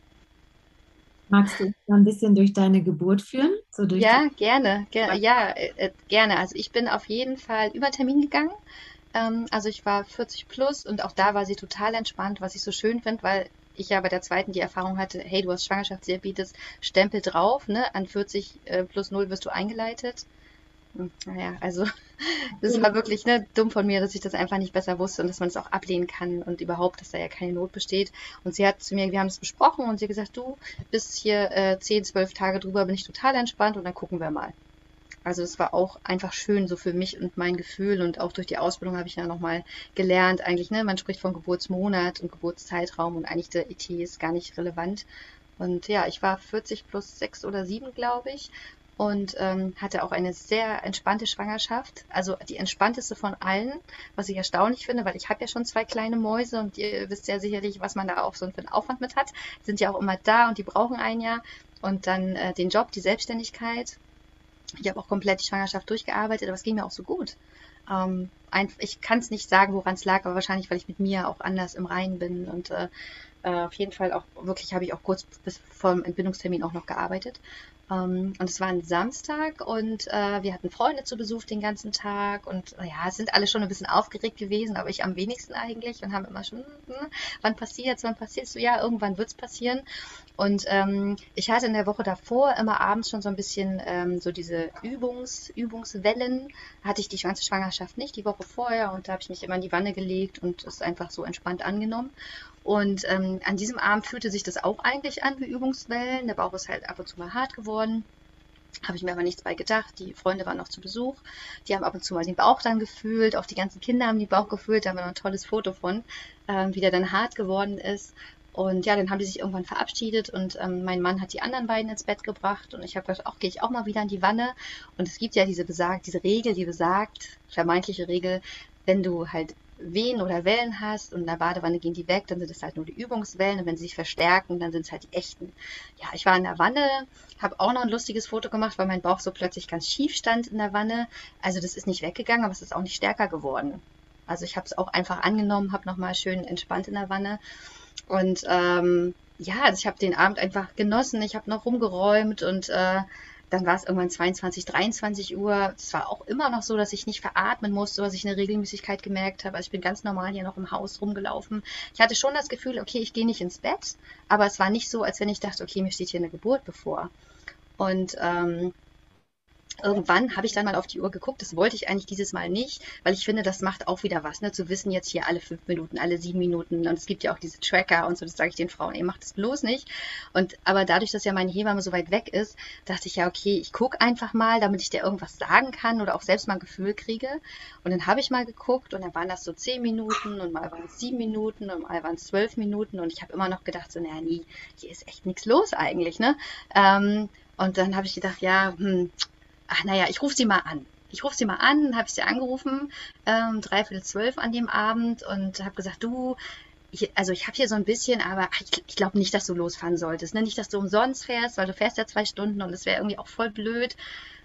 Magst du uns mal ein bisschen durch deine Geburt führen? So durch die Ja, gerne. Ger ja, äh, äh, gerne. Also ich bin auf jeden Fall über Termin gegangen. Ähm, also ich war vierzig plus und auch da war sie total entspannt, was ich so schön finde, weil ich ja bei der zweiten die Erfahrung hatte, hey, du hast Schwangerschaftsdiabetes, Stempel drauf, ne? An vierzig äh, plus null wirst du eingeleitet. Hm, naja, also das war wirklich ne, dumm von mir, dass ich das einfach nicht besser wusste und dass man es auch ablehnen kann und überhaupt, dass da ja keine Not besteht. Und sie hat zu mir, wir haben es besprochen und sie hat gesagt, du, bis hier äh, zehn, zwölf Tage drüber bin ich total entspannt und dann gucken wir mal. Also es war auch einfach schön so für mich und mein Gefühl und auch durch die Ausbildung habe ich ja nochmal gelernt, eigentlich, ne, man spricht von Geburtsmonat und Geburtszeitraum und eigentlich der E T ist gar nicht relevant. Und ja, ich war vierzig plus sechs oder sieben, glaube ich, und ähm, hatte auch eine sehr entspannte Schwangerschaft, also die entspannteste von allen, was ich erstaunlich finde, weil ich habe ja schon zwei kleine Mäuse und ihr wisst ja sicherlich, was man da auch so für einen Aufwand mit hat, sind ja auch immer da und die brauchen ein Jahr und dann äh, den Job, die Selbstständigkeit. Ich habe auch komplett die Schwangerschaft durchgearbeitet, aber es ging mir auch so gut. Ähm, ein, ich kann es nicht sagen, woran es lag, aber wahrscheinlich, weil ich mit mir auch anders im Reinen bin und äh, äh, auf jeden Fall auch wirklich habe ich auch kurz bis vor dem Entbindungstermin auch noch gearbeitet. Ähm, und es war ein Samstag und äh, wir hatten Freunde zu Besuch den ganzen Tag und äh, ja, es sind alle schon ein bisschen aufgeregt gewesen, aber ich am wenigsten eigentlich und haben immer schon, hm, wann passiert's, wann passiert's? So, ja, irgendwann wird's passieren. Und ähm, ich hatte in der Woche davor immer abends schon so ein bisschen ähm, so diese Übungs, Übungswellen. Hatte ich die ganze Schwangerschaft nicht, die Woche vorher. Und da habe ich mich immer in die Wanne gelegt und es einfach so entspannt angenommen. Und ähm, an diesem Abend fühlte sich das auch eigentlich an wie Übungswellen. Der Bauch ist halt ab und zu mal hart geworden. Habe ich mir aber nichts bei gedacht. Die Freunde waren noch zu Besuch. Die haben ab und zu mal den Bauch dann gefühlt. Auch die ganzen Kinder haben den Bauch gefühlt. Da haben wir noch ein tolles Foto von, ähm, wie der dann hart geworden ist. Und ja, dann haben die sich irgendwann verabschiedet und ähm, mein Mann hat die anderen beiden ins Bett gebracht und ich habe gedacht, auch gehe ich auch mal wieder in die Wanne. Und es gibt ja diese besagt, diese Regel, die besagt, vermeintliche Regel, wenn du halt Wehen oder Wellen hast und in der Badewanne gehen die weg, dann sind es halt nur die Übungswellen und wenn sie sich verstärken, dann sind es halt die echten. Ja, ich war in der Wanne, habe auch noch ein lustiges Foto gemacht, weil mein Bauch so plötzlich ganz schief stand in der Wanne. Also das ist nicht weggegangen, aber es ist auch nicht stärker geworden. Also ich habe es auch einfach angenommen, habe nochmal schön entspannt in der Wanne. Und ähm, ja, also ich habe den Abend einfach genossen. Ich habe noch rumgeräumt und äh, Dann war es irgendwann zweiundzwanzig, dreiundzwanzig Uhr. Es war auch immer noch so, dass ich nicht veratmen musste, dass ich eine Regelmäßigkeit gemerkt habe. Also ich bin ganz normal hier noch im Haus rumgelaufen. Ich hatte schon das Gefühl, okay, ich gehe nicht ins Bett, aber es war nicht so, als wenn ich dachte, okay, mir steht hier eine Geburt bevor. Und ähm, irgendwann habe ich dann mal auf die Uhr geguckt. Das wollte ich eigentlich dieses Mal nicht, weil ich finde, das macht auch wieder was, ne? Zu wissen, jetzt hier alle fünf Minuten, alle sieben Minuten. Und es gibt ja auch diese Tracker und so, das sage ich den Frauen, ihr macht das bloß nicht. Und aber dadurch, dass ja meine Hebamme so weit weg ist, dachte ich ja, okay, ich gucke einfach mal, damit ich dir irgendwas sagen kann oder auch selbst mal ein Gefühl kriege. Und dann habe ich mal geguckt und dann waren das so zehn Minuten und mal waren es sieben Minuten und mal waren es zwölf Minuten. Und ich habe immer noch gedacht, so, naja, nie, hier ist echt nichts los eigentlich, ne? Ähm, und dann habe ich gedacht, ja, hm, ach naja, ich rufe sie mal an. Ich rufe sie mal an, dann habe ich sie angerufen, ähm, dreiviertel zwölf an dem Abend und habe gesagt, du, ich, also ich habe hier so ein bisschen, aber ich, ich glaube nicht, dass du losfahren solltest. Ne? Nicht, dass du umsonst fährst, weil du fährst ja zwei Stunden und das wäre irgendwie auch voll blöd.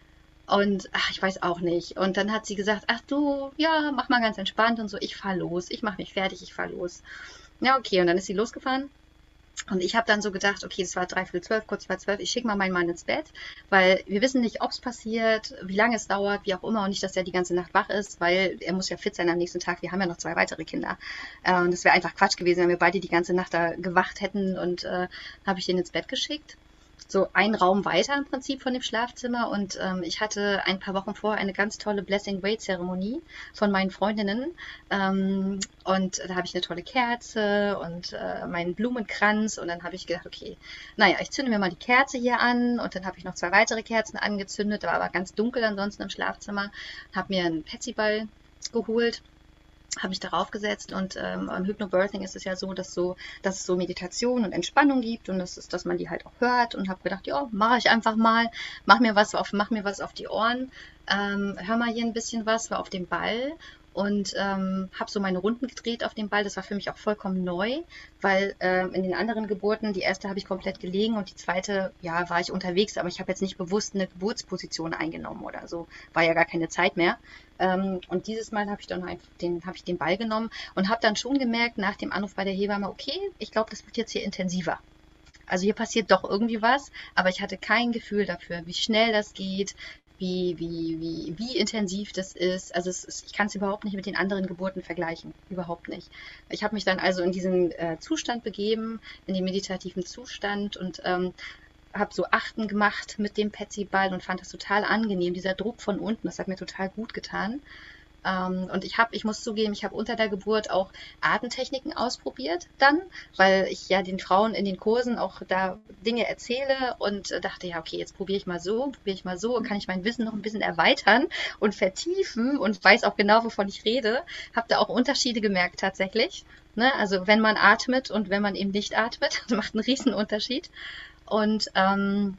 Und ach, ich weiß auch nicht. Und dann hat sie gesagt, ach du, ja, mach mal ganz entspannt und so, ich fahr los, ich mache mich fertig, ich fahr los. Ja, okay, und dann ist sie losgefahren. Und ich habe dann so gedacht, okay, das war dreiviertel zwölf, kurz vor zwölf, ich schicke mal meinen Mann ins Bett, weil wir wissen nicht, ob es passiert, wie lange es dauert, wie auch immer, und nicht, dass er die ganze Nacht wach ist, weil er muss ja fit sein am nächsten Tag. Wir haben ja noch zwei weitere Kinder. Äh, und das wäre einfach Quatsch gewesen, wenn wir beide die ganze Nacht da gewacht hätten. Und äh, habe ich den ins Bett geschickt. So ein Raum weiter im Prinzip von dem Schlafzimmer. Und ähm, ich hatte ein paar Wochen vorher eine ganz tolle Blessing Way Zeremonie von meinen Freundinnen. Ähm, und da habe ich eine tolle Kerze und äh, meinen Blumenkranz. Und dann habe ich gedacht, okay, naja, ich zünde mir mal die Kerze hier an. Und dann habe ich noch zwei weitere Kerzen angezündet. Da war aber ganz dunkel ansonsten im Schlafzimmer. Habe mir einen Petsyball geholt, habe ich darauf gesetzt, und ähm, im Hypnobirthing ist es ja so, dass so, dass es so Meditation und Entspannung gibt, und das ist, dass man die halt auch hört, und habe gedacht, ja, mache ich einfach mal, mach mir was auf, mach mir was auf die Ohren, ähm, hör mal hier ein bisschen was, war auf dem Ball. Und ähm, habe so meine Runden gedreht auf dem Ball. Das war für mich auch vollkommen neu, weil ähm, in den anderen Geburten, die erste habe ich komplett gelegen und die zweite, ja, war ich unterwegs, aber ich habe jetzt nicht bewusst eine Geburtsposition eingenommen oder so. War ja gar keine Zeit mehr. Ähm, und dieses Mal habe ich dann einfach den, habe ich den Ball genommen und habe dann schon gemerkt nach dem Anruf bei der Hebamme, okay, ich glaube, das wird jetzt hier intensiver. Also hier passiert doch irgendwie was, aber ich hatte kein Gefühl dafür, wie schnell das geht, wie, wie, wie, wie intensiv das ist. Also es ist, ich kann es überhaupt nicht mit den anderen Geburten vergleichen. Überhaupt nicht. Ich habe mich dann also in diesen äh, Zustand begeben, in den meditativen Zustand, und ähm, habe so Achten gemacht mit dem Petsyball und fand das total angenehm. Dieser Druck von unten, das hat mir total gut getan. Ähm, und ich habe, ich muss zugeben, ich habe unter der Geburt auch Atemtechniken ausprobiert dann, weil ich ja den Frauen in den Kursen auch da Dinge erzähle und äh, dachte, ja, okay, jetzt probiere ich mal so, probiere ich mal so, und kann ich mein Wissen noch ein bisschen erweitern und vertiefen und weiß auch genau, wovon ich rede. Habe da auch Unterschiede gemerkt tatsächlich. Ne? Also wenn man atmet und wenn man eben nicht atmet, das macht einen riesen Unterschied. Und ähm,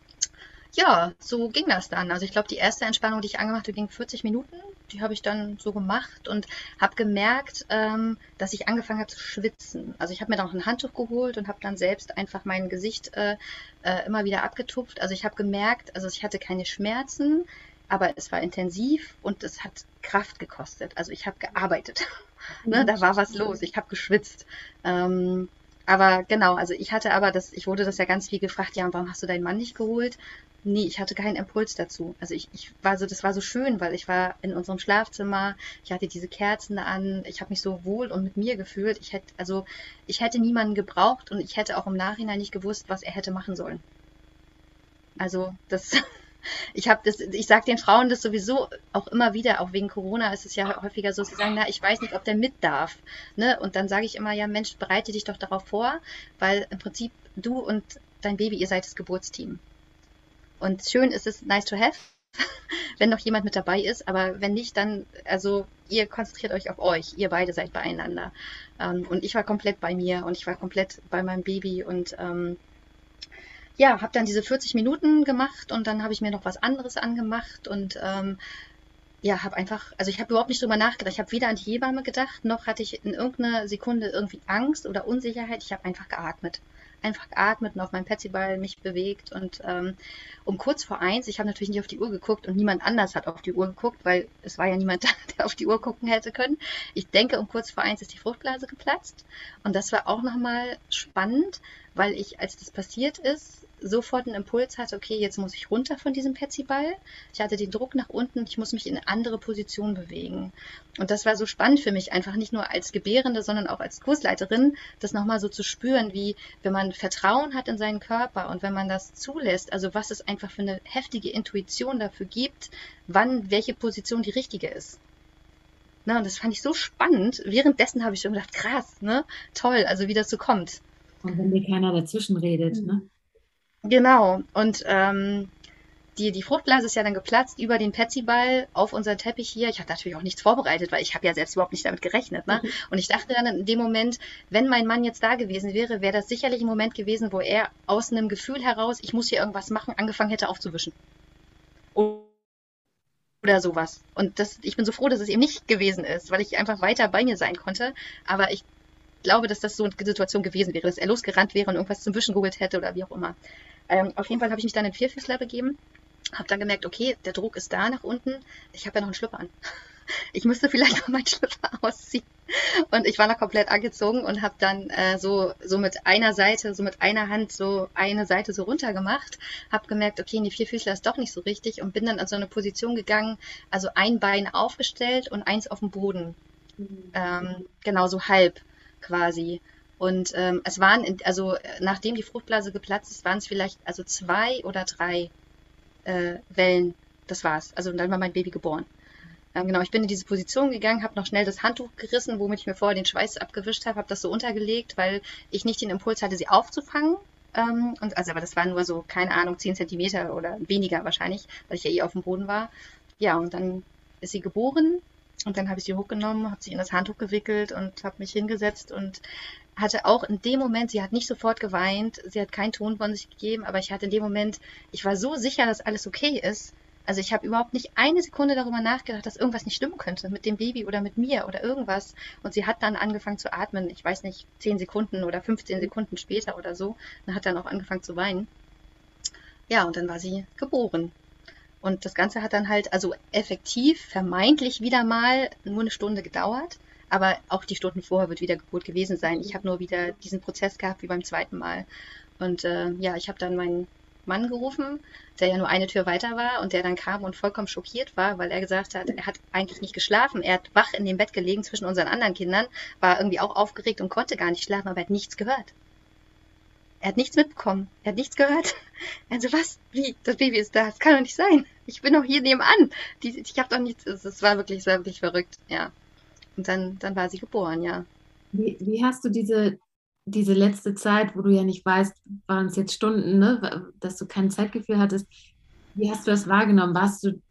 ja, so ging das dann. Also ich glaube, die erste Entspannung, die ich angemacht habe, ging vierzig Minuten. Die habe ich dann so gemacht und habe gemerkt, ähm, dass ich angefangen habe zu schwitzen. Also ich habe mir dann auch ein Handtuch geholt und habe dann selbst einfach mein Gesicht äh, äh, immer wieder abgetupft. Also ich habe gemerkt, also ich hatte keine Schmerzen, aber es war intensiv und es hat Kraft gekostet. Also ich habe gearbeitet. Ne, da war was los. Ich habe geschwitzt. Ähm, aber genau, also ich hatte aber das, ich wurde das ja ganz viel gefragt, ja, und warum hast du deinen Mann nicht geholt? Nee, ich hatte keinen Impuls dazu. Also ich, ich war so, das war so schön, weil ich war in unserem Schlafzimmer, ich hatte diese Kerzen an, ich habe mich so wohl und mit mir gefühlt. Ich hätte, also ich hätte niemanden gebraucht und ich hätte auch im Nachhinein nicht gewusst, was er hätte machen sollen. Also das, ich habe das, ich sage den Frauen das sowieso auch immer wieder, auch wegen Corona ist es ja häufiger so, sie sagen, na, ich weiß nicht, ob der mit darf. Ne? Und dann sage ich immer, ja Mensch, bereite dich doch darauf vor, weil im Prinzip du und dein Baby, ihr seid das Geburtsteam. Und schön ist es nice to have, wenn noch jemand mit dabei ist, aber wenn nicht, dann, also ihr konzentriert euch auf euch, ihr beide seid beieinander. Ähm, und ich war komplett bei mir und ich war komplett bei meinem Baby und ähm, ja, habe dann diese vierzig Minuten gemacht und dann habe ich mir noch was anderes angemacht und ähm, ja, habe einfach, also ich habe überhaupt nicht drüber nachgedacht. Ich habe weder an die Hebamme gedacht, noch hatte ich in irgendeiner Sekunde irgendwie Angst oder Unsicherheit. Ich habe einfach geatmet. Einfach geatmet und auf meinem Petsyball mich bewegt. Und ähm, um kurz vor eins, ich habe natürlich nicht auf die Uhr geguckt und niemand anders hat auf die Uhr geguckt, weil es war ja niemand da, der auf die Uhr gucken hätte können. Ich denke, um kurz vor eins ist die Fruchtblase geplatzt. Und das war auch nochmal spannend, weil ich, als das passiert ist, sofort einen Impuls hatte, okay, jetzt muss ich runter von diesem Petsyball. Ich hatte den Druck nach unten, ich muss mich in eine andere Position bewegen. Und das war so spannend für mich, einfach nicht nur als Gebärende, sondern auch als Kursleiterin, das nochmal so zu spüren, wie wenn man Vertrauen hat in seinen Körper und wenn man das zulässt, also was es einfach für eine heftige Intuition dafür gibt, wann welche Position die richtige ist. Ne, und das fand ich so spannend. Währenddessen habe ich schon gedacht, krass, ne? Toll, also wie das so kommt. Und wenn dir keiner dazwischen redet, ne? Genau. Und ähm, die, die Fruchtblase ist ja dann geplatzt über den Petsyball auf unseren Teppich hier. Ich hatte natürlich auch nichts vorbereitet, weil ich habe ja selbst überhaupt nicht damit gerechnet. Ne? Und ich dachte dann in dem Moment, wenn mein Mann jetzt da gewesen wäre, wäre das sicherlich ein Moment gewesen, wo er aus einem Gefühl heraus, ich muss hier irgendwas machen, angefangen hätte aufzuwischen. Oder sowas. Und das, ich bin so froh, dass es eben nicht gewesen ist, weil ich einfach weiter bei mir sein konnte. Aber ich glaube, dass das so eine Situation gewesen wäre, dass er losgerannt wäre und irgendwas zum Wischen geholt hätte oder wie auch immer. Ähm, auf jeden Fall habe ich mich dann in Vierfüßler begeben, habe dann gemerkt, okay, der Druck ist da nach unten. Ich habe ja noch einen Schlüpper an. Ich müsste vielleicht noch meinen Schlüpper ausziehen. Und ich war noch komplett angezogen und habe dann äh, so, so mit einer Seite, so mit einer Hand so eine Seite so runter gemacht. Habe gemerkt, okay, die Vierfüßler ist doch nicht so richtig und bin dann an so eine Position gegangen, also ein Bein aufgestellt und eins auf dem Boden. Mhm. Ähm, genau, so halb quasi. Und ähm, es waren, in, also nachdem die Fruchtblase geplatzt ist, waren es vielleicht also zwei oder drei äh, Wellen. Das war's. Also dann war mein Baby geboren. Ähm, genau, ich bin in diese Position gegangen, habe noch schnell das Handtuch gerissen, womit ich mir vorher den Schweiß abgewischt habe, habe das so untergelegt, weil ich nicht den Impuls hatte, sie aufzufangen. Ähm, und also, aber das war nur so, keine Ahnung, zehn Zentimeter oder weniger wahrscheinlich, weil ich ja eh auf dem Boden war. Ja, und dann ist sie geboren. Und dann habe ich sie hochgenommen, habe sie in das Handtuch gewickelt und habe mich hingesetzt und hatte auch in dem Moment, sie hat nicht sofort geweint, sie hat keinen Ton von sich gegeben, aber ich hatte in dem Moment, ich war so sicher, dass alles okay ist. Also ich habe überhaupt nicht eine Sekunde darüber nachgedacht, dass irgendwas nicht stimmen könnte mit dem Baby oder mit mir oder irgendwas. Und sie hat dann angefangen zu atmen, ich weiß nicht, zehn Sekunden oder fünfzehn Sekunden später oder so. Und hat dann auch angefangen zu weinen. Ja, und dann war sie geboren. Und das Ganze hat dann halt, also effektiv, vermeintlich wieder mal nur eine Stunde gedauert. Aber auch die Stunden vorher wird wieder Geburt gewesen sein. Ich habe nur wieder diesen Prozess gehabt wie beim zweiten Mal. Und äh, ja, ich habe dann meinen Mann gerufen, der ja nur eine Tür weiter war und der dann kam und vollkommen schockiert war, weil er gesagt hat, er hat eigentlich nicht geschlafen. Er hat wach in dem Bett gelegen zwischen unseren anderen Kindern, war irgendwie auch aufgeregt und konnte gar nicht schlafen, aber er hat nichts gehört. Er hat nichts mitbekommen. Er hat nichts gehört. Also was? Wie? Das Baby ist da. Das kann doch nicht sein. Ich bin doch hier nebenan. Die, ich habe doch nichts. Es war wirklich, es war wirklich verrückt. Ja. Und dann, dann war sie geboren, ja. Wie, wie hast du diese, diese letzte Zeit, wo du ja nicht weißt, waren es jetzt Stunden, ne, dass du kein Zeitgefühl hattest, wie hast du das wahrgenommen? Warst du,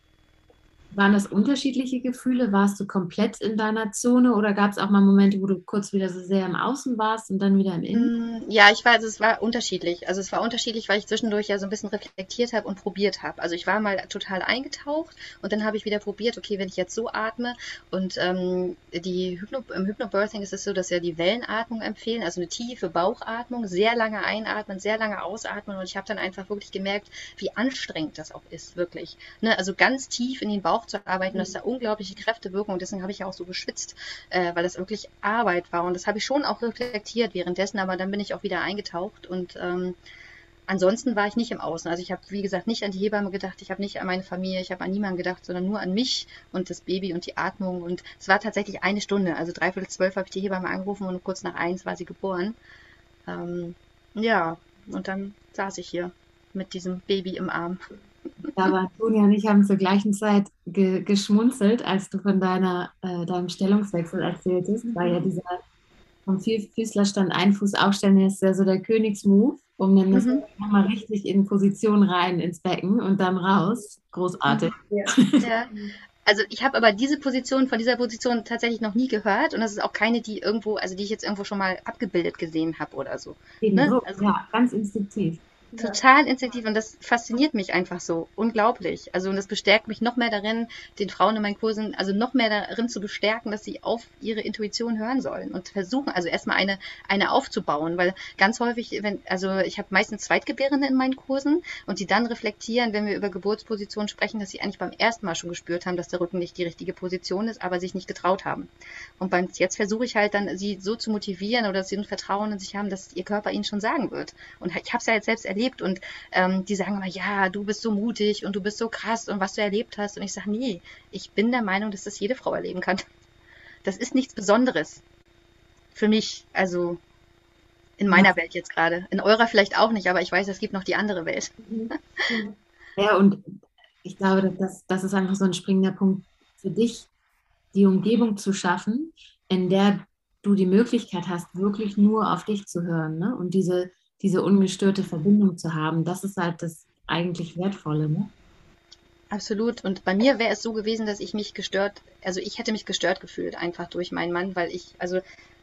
waren das unterschiedliche Gefühle? Warst du komplett in deiner Zone oder gab es auch mal Momente, wo du kurz wieder so sehr im Außen warst und dann wieder im Innen? Ja, ich war, also es war unterschiedlich. Also es war unterschiedlich, weil ich zwischendurch ja so ein bisschen reflektiert habe und probiert habe. Also ich war mal total eingetaucht und dann habe ich wieder probiert, okay, wenn ich jetzt so atme und ähm, die Hypno, im Hypnobirthing ist es so, dass ja die Wellenatmung empfehlen, also eine tiefe Bauchatmung, sehr lange einatmen, sehr lange ausatmen und ich habe dann einfach wirklich gemerkt, wie anstrengend das auch ist, wirklich. Ne? Also ganz tief in den Bauch zu arbeiten, das ist da unglaubliche Kräftewirkung und deswegen habe ich ja auch so geschwitzt, äh, weil das wirklich Arbeit war und das habe ich schon auch reflektiert währenddessen, aber dann bin ich auch wieder eingetaucht und ähm, ansonsten war ich nicht im Außen. Also ich habe, wie gesagt, nicht an die Hebamme gedacht, ich habe nicht an meine Familie, ich habe an niemanden gedacht, sondern nur an mich und das Baby und die Atmung und es war tatsächlich eine Stunde, also dreiviertel zwölf habe ich die Hebamme angerufen und kurz nach eins war sie geboren. Ähm, ja, und dann saß ich hier mit diesem Baby im Arm. Da war Antonia und ich haben zur gleichen Zeit ge geschmunzelt, als du von deiner, äh, deinem Stellungswechsel erzähltest, weil ja dieser vom Vierfüßlerstand ein Fuß aufstellen ist ja so der Königsmove, um dann das mhm. nochmal richtig in Position rein ins Becken und dann raus. Großartig. Ja. Ja. Also ich habe aber diese Position, von dieser Position tatsächlich noch nie gehört und das ist auch keine, die irgendwo, also die ich jetzt irgendwo schon mal abgebildet gesehen habe oder so. Ne? So also, ja, ganz instinktiv. Total instinktiv und das fasziniert mich einfach so unglaublich. Also und das bestärkt mich noch mehr darin, den Frauen in meinen Kursen, also noch mehr darin zu bestärken, dass sie auf ihre Intuition hören sollen und versuchen, also erstmal eine eine aufzubauen, weil ganz häufig, wenn also ich habe meistens Zweitgebärende in meinen Kursen und die dann reflektieren, wenn wir über Geburtspositionen sprechen, dass sie eigentlich beim ersten Mal schon gespürt haben, dass der Rücken nicht die richtige Position ist, aber sich nicht getraut haben. Und beim jetzt versuche ich halt dann sie so zu motivieren oder dass sie ein Vertrauen in sich haben, dass ihr Körper ihnen schon sagen wird. Und ich habe es ja jetzt selbst erlebt. erlebt und ähm, die sagen immer, ja, du bist so mutig und du bist so krass und was du erlebt hast. Und ich sage, nee, ich bin der Meinung, dass das jede Frau erleben kann. Das ist nichts Besonderes für mich, also in Ja. meiner Welt jetzt gerade. In eurer vielleicht auch nicht, aber ich weiß, es gibt noch die andere Welt. Ja, und ich glaube, dass das, das ist einfach so ein springender Punkt für dich, die Umgebung zu schaffen, in der du die Möglichkeit hast, wirklich nur auf dich zu hören, ne? Und diese, diese ungestörte Verbindung zu haben, das ist halt das eigentlich Wertvolle, ne? Absolut. Und bei mir wäre es so gewesen, dass ich mich gestört, also ich hätte mich gestört gefühlt einfach durch meinen Mann, weil ich, also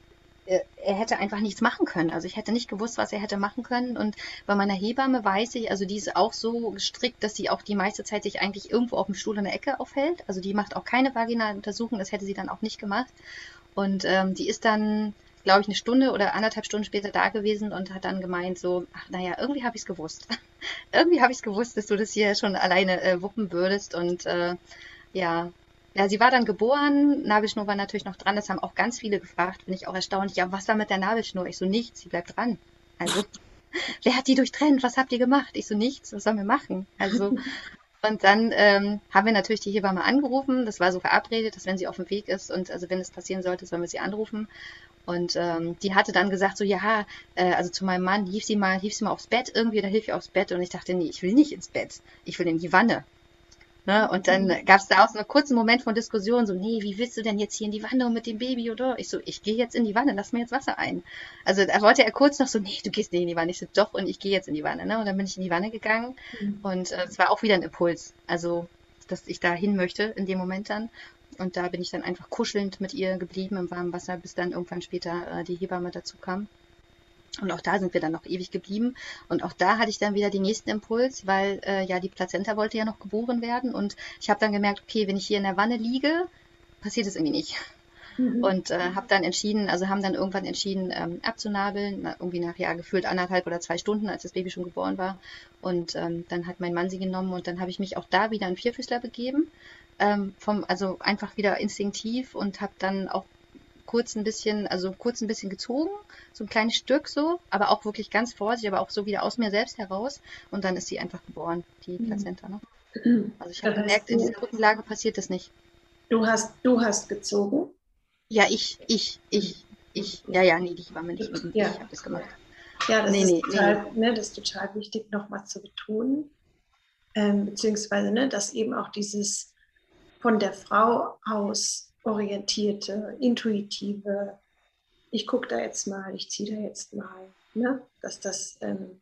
äh, er hätte einfach nichts machen können. Also ich hätte nicht gewusst, was er hätte machen können. Und bei meiner Hebamme weiß ich, also die ist auch so gestrickt, dass sie auch die meiste Zeit sich eigentlich irgendwo auf dem Stuhl in der Ecke aufhält. Also die macht auch keine vaginalen Untersuchungen, das hätte sie dann auch nicht gemacht. Und ähm, die ist dann, glaube ich, eine Stunde oder anderthalb Stunden später da gewesen und hat dann gemeint so, ach naja, irgendwie habe ich es gewusst. Irgendwie habe ich es gewusst, dass du das hier schon alleine äh, wuppen würdest. Und äh, ja, ja, sie war dann geboren, Nabelschnur war natürlich noch dran, das haben auch ganz viele gefragt, bin ich auch erstaunt. Ja, was war mit der Nabelschnur? Ich so, nichts, sie bleibt dran. Also, wer hat die durchtrennt? Was habt ihr gemacht? Ich so, nichts, was sollen wir machen? Also, und dann ähm, haben wir natürlich die Hebamme angerufen, das war so verabredet, dass wenn sie auf dem Weg ist und also wenn es passieren sollte, sollen wir sie anrufen. Und ähm, die hatte dann gesagt so, ja, äh, also zu meinem Mann, hilf sie mal, hilf sie mal aufs Bett irgendwie, oder hilf ihr aufs Bett. Und ich dachte, nee, ich will nicht ins Bett, ich will in die Wanne. Ne? Und dann gab es da auch so einen kurzen Moment von Diskussion, so, nee, wie willst du denn jetzt hier in die Wanne und mit dem Baby oder? Ich so, ich gehe jetzt in die Wanne, lass mir jetzt Wasser ein. Also da wollte er kurz noch so, nee, du gehst nicht in die Wanne. Ich so, doch, und ich gehe jetzt in die Wanne. Ne? Und dann bin ich in die Wanne gegangen und äh, es war auch wieder ein Impuls, also dass ich da hin möchte in dem Moment dann. Und da bin ich dann einfach kuschelnd mit ihr geblieben im warmen Wasser, bis dann irgendwann später äh, die Hebamme dazu kam. Und auch da sind wir dann noch ewig geblieben. Und auch da hatte ich dann wieder den nächsten Impuls, weil äh, ja die Plazenta wollte ja noch geboren werden. Und ich habe dann gemerkt, okay, wenn ich hier in der Wanne liege, passiert es irgendwie nicht. Mhm. Und äh, habe dann entschieden, also haben dann irgendwann entschieden, ähm, abzunabeln, na, irgendwie nach, ja, gefühlt anderthalb oder zwei Stunden, als das Baby schon geboren war. Und ähm, dann hat mein Mann sie genommen und dann habe ich mich auch da wieder in Vierfüßler begeben. Ähm, vom, also einfach wieder instinktiv und habe dann auch kurz ein bisschen, also kurz ein bisschen gezogen, so ein kleines Stück so, aber auch wirklich ganz vorsichtig, aber auch so wieder aus mir selbst heraus. Und dann ist sie einfach geboren, die Plazenta. Ne? Also ich habe Das heißt, gemerkt, in du, dieser Rückenlage passiert das nicht. du hast, du hast gezogen. Ja, ich, ich, ich, ich. Ja, ja, nee, die Hebamme nicht. Ich Ja. habe das gemacht. Ja, das, Nee, ist nee, nee, total, ne, das ist total wichtig, nochmal zu betonen. Ähm, beziehungsweise, ne, dass eben auch dieses von der Frau aus orientierte, intuitive, ich gucke da jetzt mal, ich ziehe da jetzt mal, ne, dass das ähm,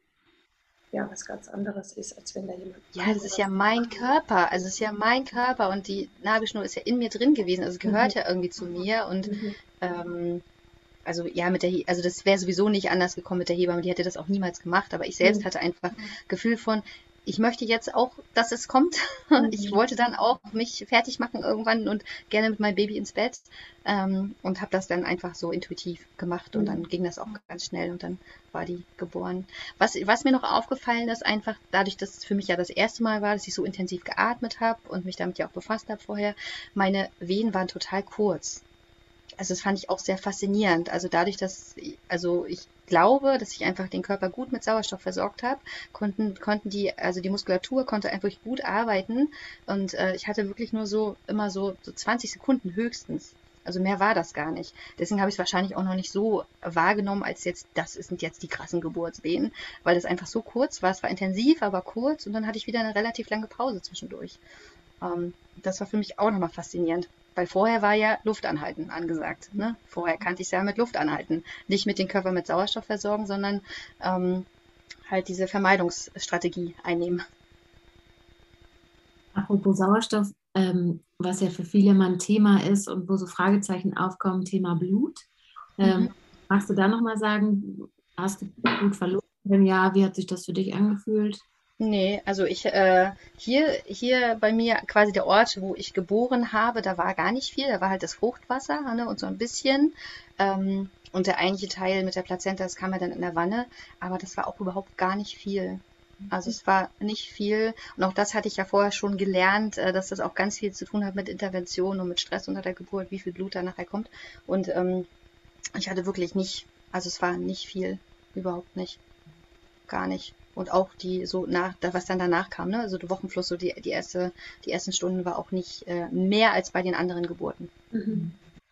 ja was ganz anderes ist, als wenn da jemand. Ja, das ist ja mein Körper. Also es ist ja mein Körper und die Nabelschnur ist ja in mir drin gewesen. Also es gehört Mhm. ja irgendwie zu mir und Mhm. ähm, also ja, mit der, He- also das wäre sowieso nicht anders gekommen mit der Hebamme, die hätte das auch niemals gemacht, aber ich selbst Mhm. hatte einfach Gefühl von, ich möchte jetzt auch, dass es kommt. Ich Mhm. wollte dann auch mich fertig machen irgendwann und gerne mit meinem Baby ins Bett ähm, und habe das dann einfach so intuitiv gemacht und dann Mhm. ging das auch ganz schnell und dann war die geboren. Was, was mir noch aufgefallen ist, einfach dadurch, dass es für mich ja das erste Mal war, dass ich so intensiv geatmet habe und mich damit ja auch befasst habe vorher, meine Wehen waren total kurz. Also das fand ich auch sehr faszinierend. Also dadurch, dass, also ich glaube, dass ich einfach den Körper gut mit Sauerstoff versorgt habe, konnten, konnten die, also die Muskulatur konnte einfach gut arbeiten und äh, ich hatte wirklich nur so, immer so, so zwanzig Sekunden höchstens. Also mehr war das gar nicht. Deswegen habe ich es wahrscheinlich auch noch nicht so wahrgenommen, als jetzt, das sind jetzt die krassen Geburtswehen, weil das einfach so kurz war. Es war intensiv, aber kurz und dann hatte ich wieder eine relativ lange Pause zwischendurch. Ähm, das war für mich auch nochmal faszinierend. Weil vorher war ja Luft anhalten angesagt. Ne? Vorher kannte ich es ja mit Luft anhalten. Nicht mit dem Körper mit Sauerstoff versorgen, sondern ähm, halt diese Vermeidungsstrategie einnehmen. Apropos Sauerstoff, ähm, was ja für viele immer ein Thema ist und wo so Fragezeichen aufkommen, Thema Blut. Ähm, Mhm. Magst du da nochmal sagen, hast du Blut verloren? Wenn ja, wie hat sich das für dich angefühlt? Nee, also ich, äh, hier, hier bei mir quasi der Ort, wo ich geboren habe, da war gar nicht viel, da war halt das Fruchtwasser, ne, und so ein bisschen. Ähm, und der eigentliche Teil mit der Plazenta, das kam ja dann in der Wanne, aber das war auch überhaupt gar nicht viel. Also es war nicht viel. Und auch das hatte ich ja vorher schon gelernt, äh, dass das auch ganz viel zu tun hat mit Intervention und mit Stress unter der Geburt, wie viel Blut da nachher kommt. Und ähm, ich hatte wirklich nicht, also es war nicht viel, überhaupt nicht, gar nicht. und auch die so nach, da- was dann danach kam, ne? Also der Wochenfluss, so die, die erste, die ersten Stunden war auch nicht äh, mehr als bei den anderen Geburten. Mhm.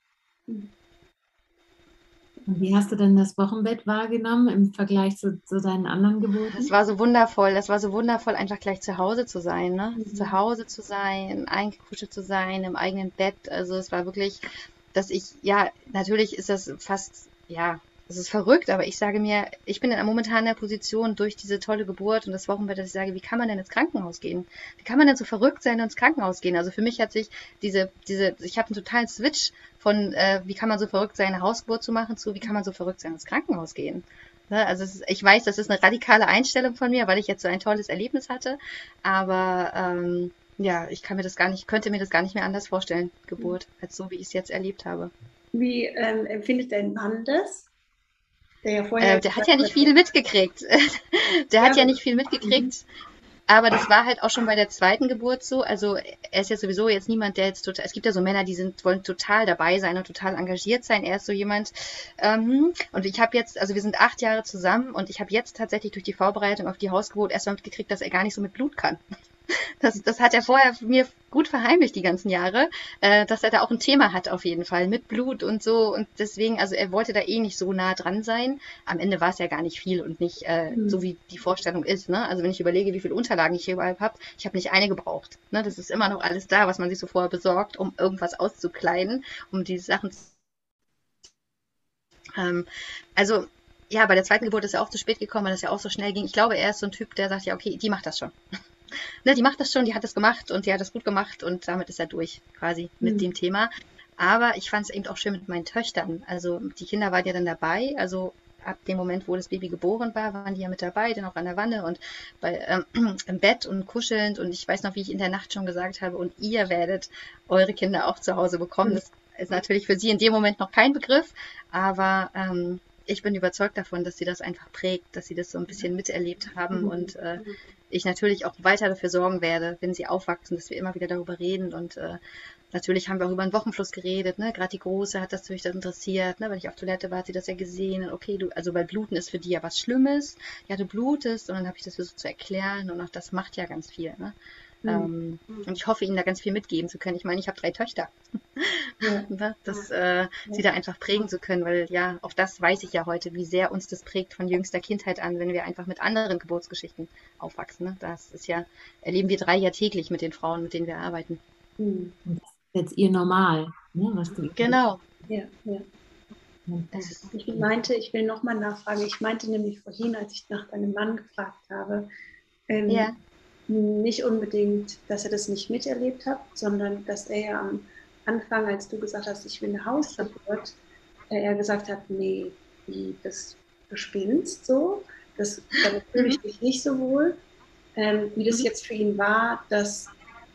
Und wie hast du denn das Wochenbett wahrgenommen im Vergleich zu, zu deinen anderen Das Geburten? war so wundervoll, das war so wundervoll, einfach gleich zu Hause zu sein, ne? Mhm. Zu Hause zu sein, eingekuschelt zu sein, im eigenen Bett. Also es war wirklich, dass ich, ja, natürlich ist das fast, ja, es ist verrückt, aber ich sage mir, ich bin in momentan in der Position durch diese tolle Geburt und das Wochenbett, dass ich sage, wie kann man denn ins Krankenhaus gehen? Wie kann man denn so verrückt sein und ins Krankenhaus gehen? Also für mich hat sich diese, diese, ich habe einen totalen Switch von, äh, wie kann man so verrückt sein, eine Hausgeburt zu machen, zu, wie kann man so verrückt sein, ins Krankenhaus gehen? Ne, also es ist, ich weiß, das ist eine radikale Einstellung von mir, weil ich jetzt so ein tolles Erlebnis hatte. Aber ähm, ja, ich kann mir das gar nicht, könnte mir das gar nicht mehr anders vorstellen, Geburt, als so, wie ich es jetzt erlebt habe. Wie ähm, empfindet dein Mann das? Der ja vorher Äh, der hat gesagt ja nicht hat, viel mitgekriegt. Der ja, hat ja nicht viel mitgekriegt. Aber das war halt auch schon bei der zweiten Geburt so. Also er ist jetzt sowieso jetzt niemand, der jetzt total. Es gibt ja so Männer, die sind wollen total dabei sein und total engagiert sein. Er ist so jemand. Ähm, und ich habe jetzt, also wir sind acht Jahre zusammen und ich habe jetzt tatsächlich durch die Vorbereitung auf die Hausgeburt erst mal mitgekriegt, dass er gar nicht so mit Blut kann. Das, das hat er vorher mir gut verheimlicht die ganzen Jahre, äh, dass er da auch ein Thema hat auf jeden Fall mit Blut und so. Und deswegen, also er wollte da eh nicht so nah dran sein. Am Ende war es ja gar nicht viel und nicht äh, so, wie die Vorstellung ist. Ne? Also wenn ich überlege, wie viele Unterlagen ich hier überall habe, ich habe nicht eine gebraucht. Ne? Das ist immer noch alles da, was man sich so vorher besorgt, um irgendwas auszukleiden, um die Sachen zu ähm, also, ja, bei der zweiten Geburt ist er auch zu spät gekommen, weil das ja auch so schnell ging. Ich glaube, er ist so ein Typ, der sagt, ja, okay, die macht das schon. Ne, die macht das schon, die hat das gemacht und die hat das gut gemacht und damit ist er durch, quasi, mit Mhm. dem Thema. Aber ich fand es eben auch schön mit meinen Töchtern. Also, die Kinder waren ja dann dabei. Also, ab dem Moment, wo das Baby geboren war, waren die ja mit dabei, dann auch an der Wanne und bei, ähm, im Bett und kuschelnd. Und ich weiß noch, wie ich in der Nacht schon gesagt habe, und ihr werdet eure Kinder auch zu Hause bekommen. Das ist natürlich für sie in dem Moment noch kein Begriff, aber ähm, ich bin überzeugt davon, dass sie das einfach prägt, dass sie das so ein bisschen miterlebt haben und äh, ich natürlich auch weiter dafür sorgen werde, wenn sie aufwachsen, dass wir immer wieder darüber reden und äh, natürlich haben wir auch über den Wochenfluss geredet, ne? Gerade die Große hat das natürlich das interessiert, ne? Wenn ich auf Toilette war, hat sie das ja gesehen und okay, du, also weil Bluten ist für die ja was Schlimmes, ja, du blutest und dann habe ich das versucht zu erklären und auch das macht ja ganz viel, ne? Mhm. Ähm, und ich hoffe, ihnen da ganz viel mitgeben zu können. Ich meine, ich habe drei Töchter. Ja. Ne? Das, äh, sie da einfach prägen zu können, weil ja, auch das weiß ich ja heute, wie sehr uns das prägt von jüngster Kindheit an, wenn wir einfach mit anderen Geburtsgeschichten aufwachsen. Ne? Das ist ja, erleben wir drei ja täglich mit den Frauen, mit denen wir arbeiten. Mhm. Und das ist jetzt ihr Normal, ne, was du Genau. Ja, ja. Das ist, Ich meinte, ich will nochmal nachfragen. Ich meinte nämlich vorhin, als ich nach deinem Mann gefragt habe, ähm, ja. nicht unbedingt, dass er das nicht miterlebt hat, sondern dass er ja am Anfang, als du gesagt hast, ich will eine Hausgeburt, äh, er gesagt hat, nee, wie, das, du spinnst so, das, damit fühle ich mich nicht so wohl. Ähm, wie das Mhm. jetzt für ihn war, dass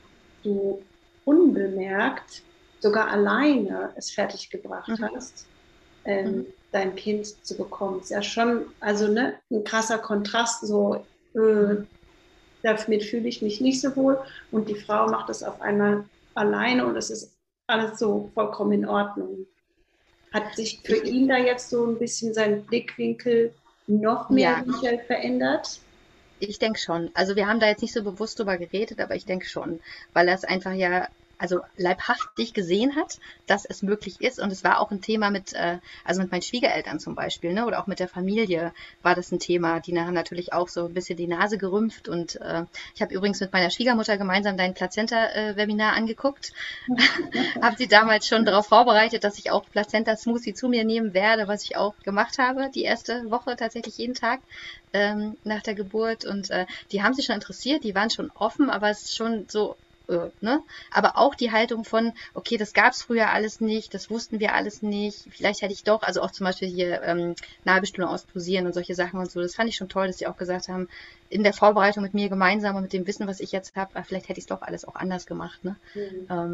du unbemerkt, sogar alleine es fertiggebracht Mhm. hast, ähm, Mhm. dein Kind zu bekommen. Ist ja schon, also ne, ein krasser Kontrast, so äh, damit fühle ich mich nicht so wohl und die Frau macht das auf einmal alleine und es ist alles so vollkommen in Ordnung. Hat sich für Ich, ihn da jetzt so ein bisschen sein Blickwinkel noch mehr ja, sicher verändert? ich denke schon. Also wir haben da jetzt nicht so bewusst drüber geredet, aber ich denke schon, weil er es einfach ja, also leibhaftig gesehen hat, dass es möglich ist. Und es war auch ein Thema mit, äh, also mit meinen Schwiegereltern zum Beispiel, ne, oder auch mit der Familie war das ein Thema. Die haben natürlich auch so ein bisschen die Nase gerümpft. Und äh, ich habe übrigens mit meiner Schwiegermutter gemeinsam dein Plazenta-Webinar angeguckt. Habe sie damals schon darauf vorbereitet, dass ich auch Plazenta-Smoothie zu mir nehmen werde, was ich auch gemacht habe, die erste Woche tatsächlich jeden Tag ähm, nach der Geburt. Und äh, die haben sich schon interessiert, die waren schon offen, aber es ist schon so, äh, ne? Aber auch die Haltung von, okay, das gab es früher alles nicht, das wussten wir alles nicht, vielleicht hätte ich doch, also auch zum Beispiel hier ähm, Nabelschnur ausposieren und solche Sachen und so, das fand ich schon toll, dass sie auch gesagt haben, in der Vorbereitung mit mir gemeinsam und mit dem Wissen, was ich jetzt habe, vielleicht hätte ich es doch alles auch anders gemacht, ne? Mhm. Ähm,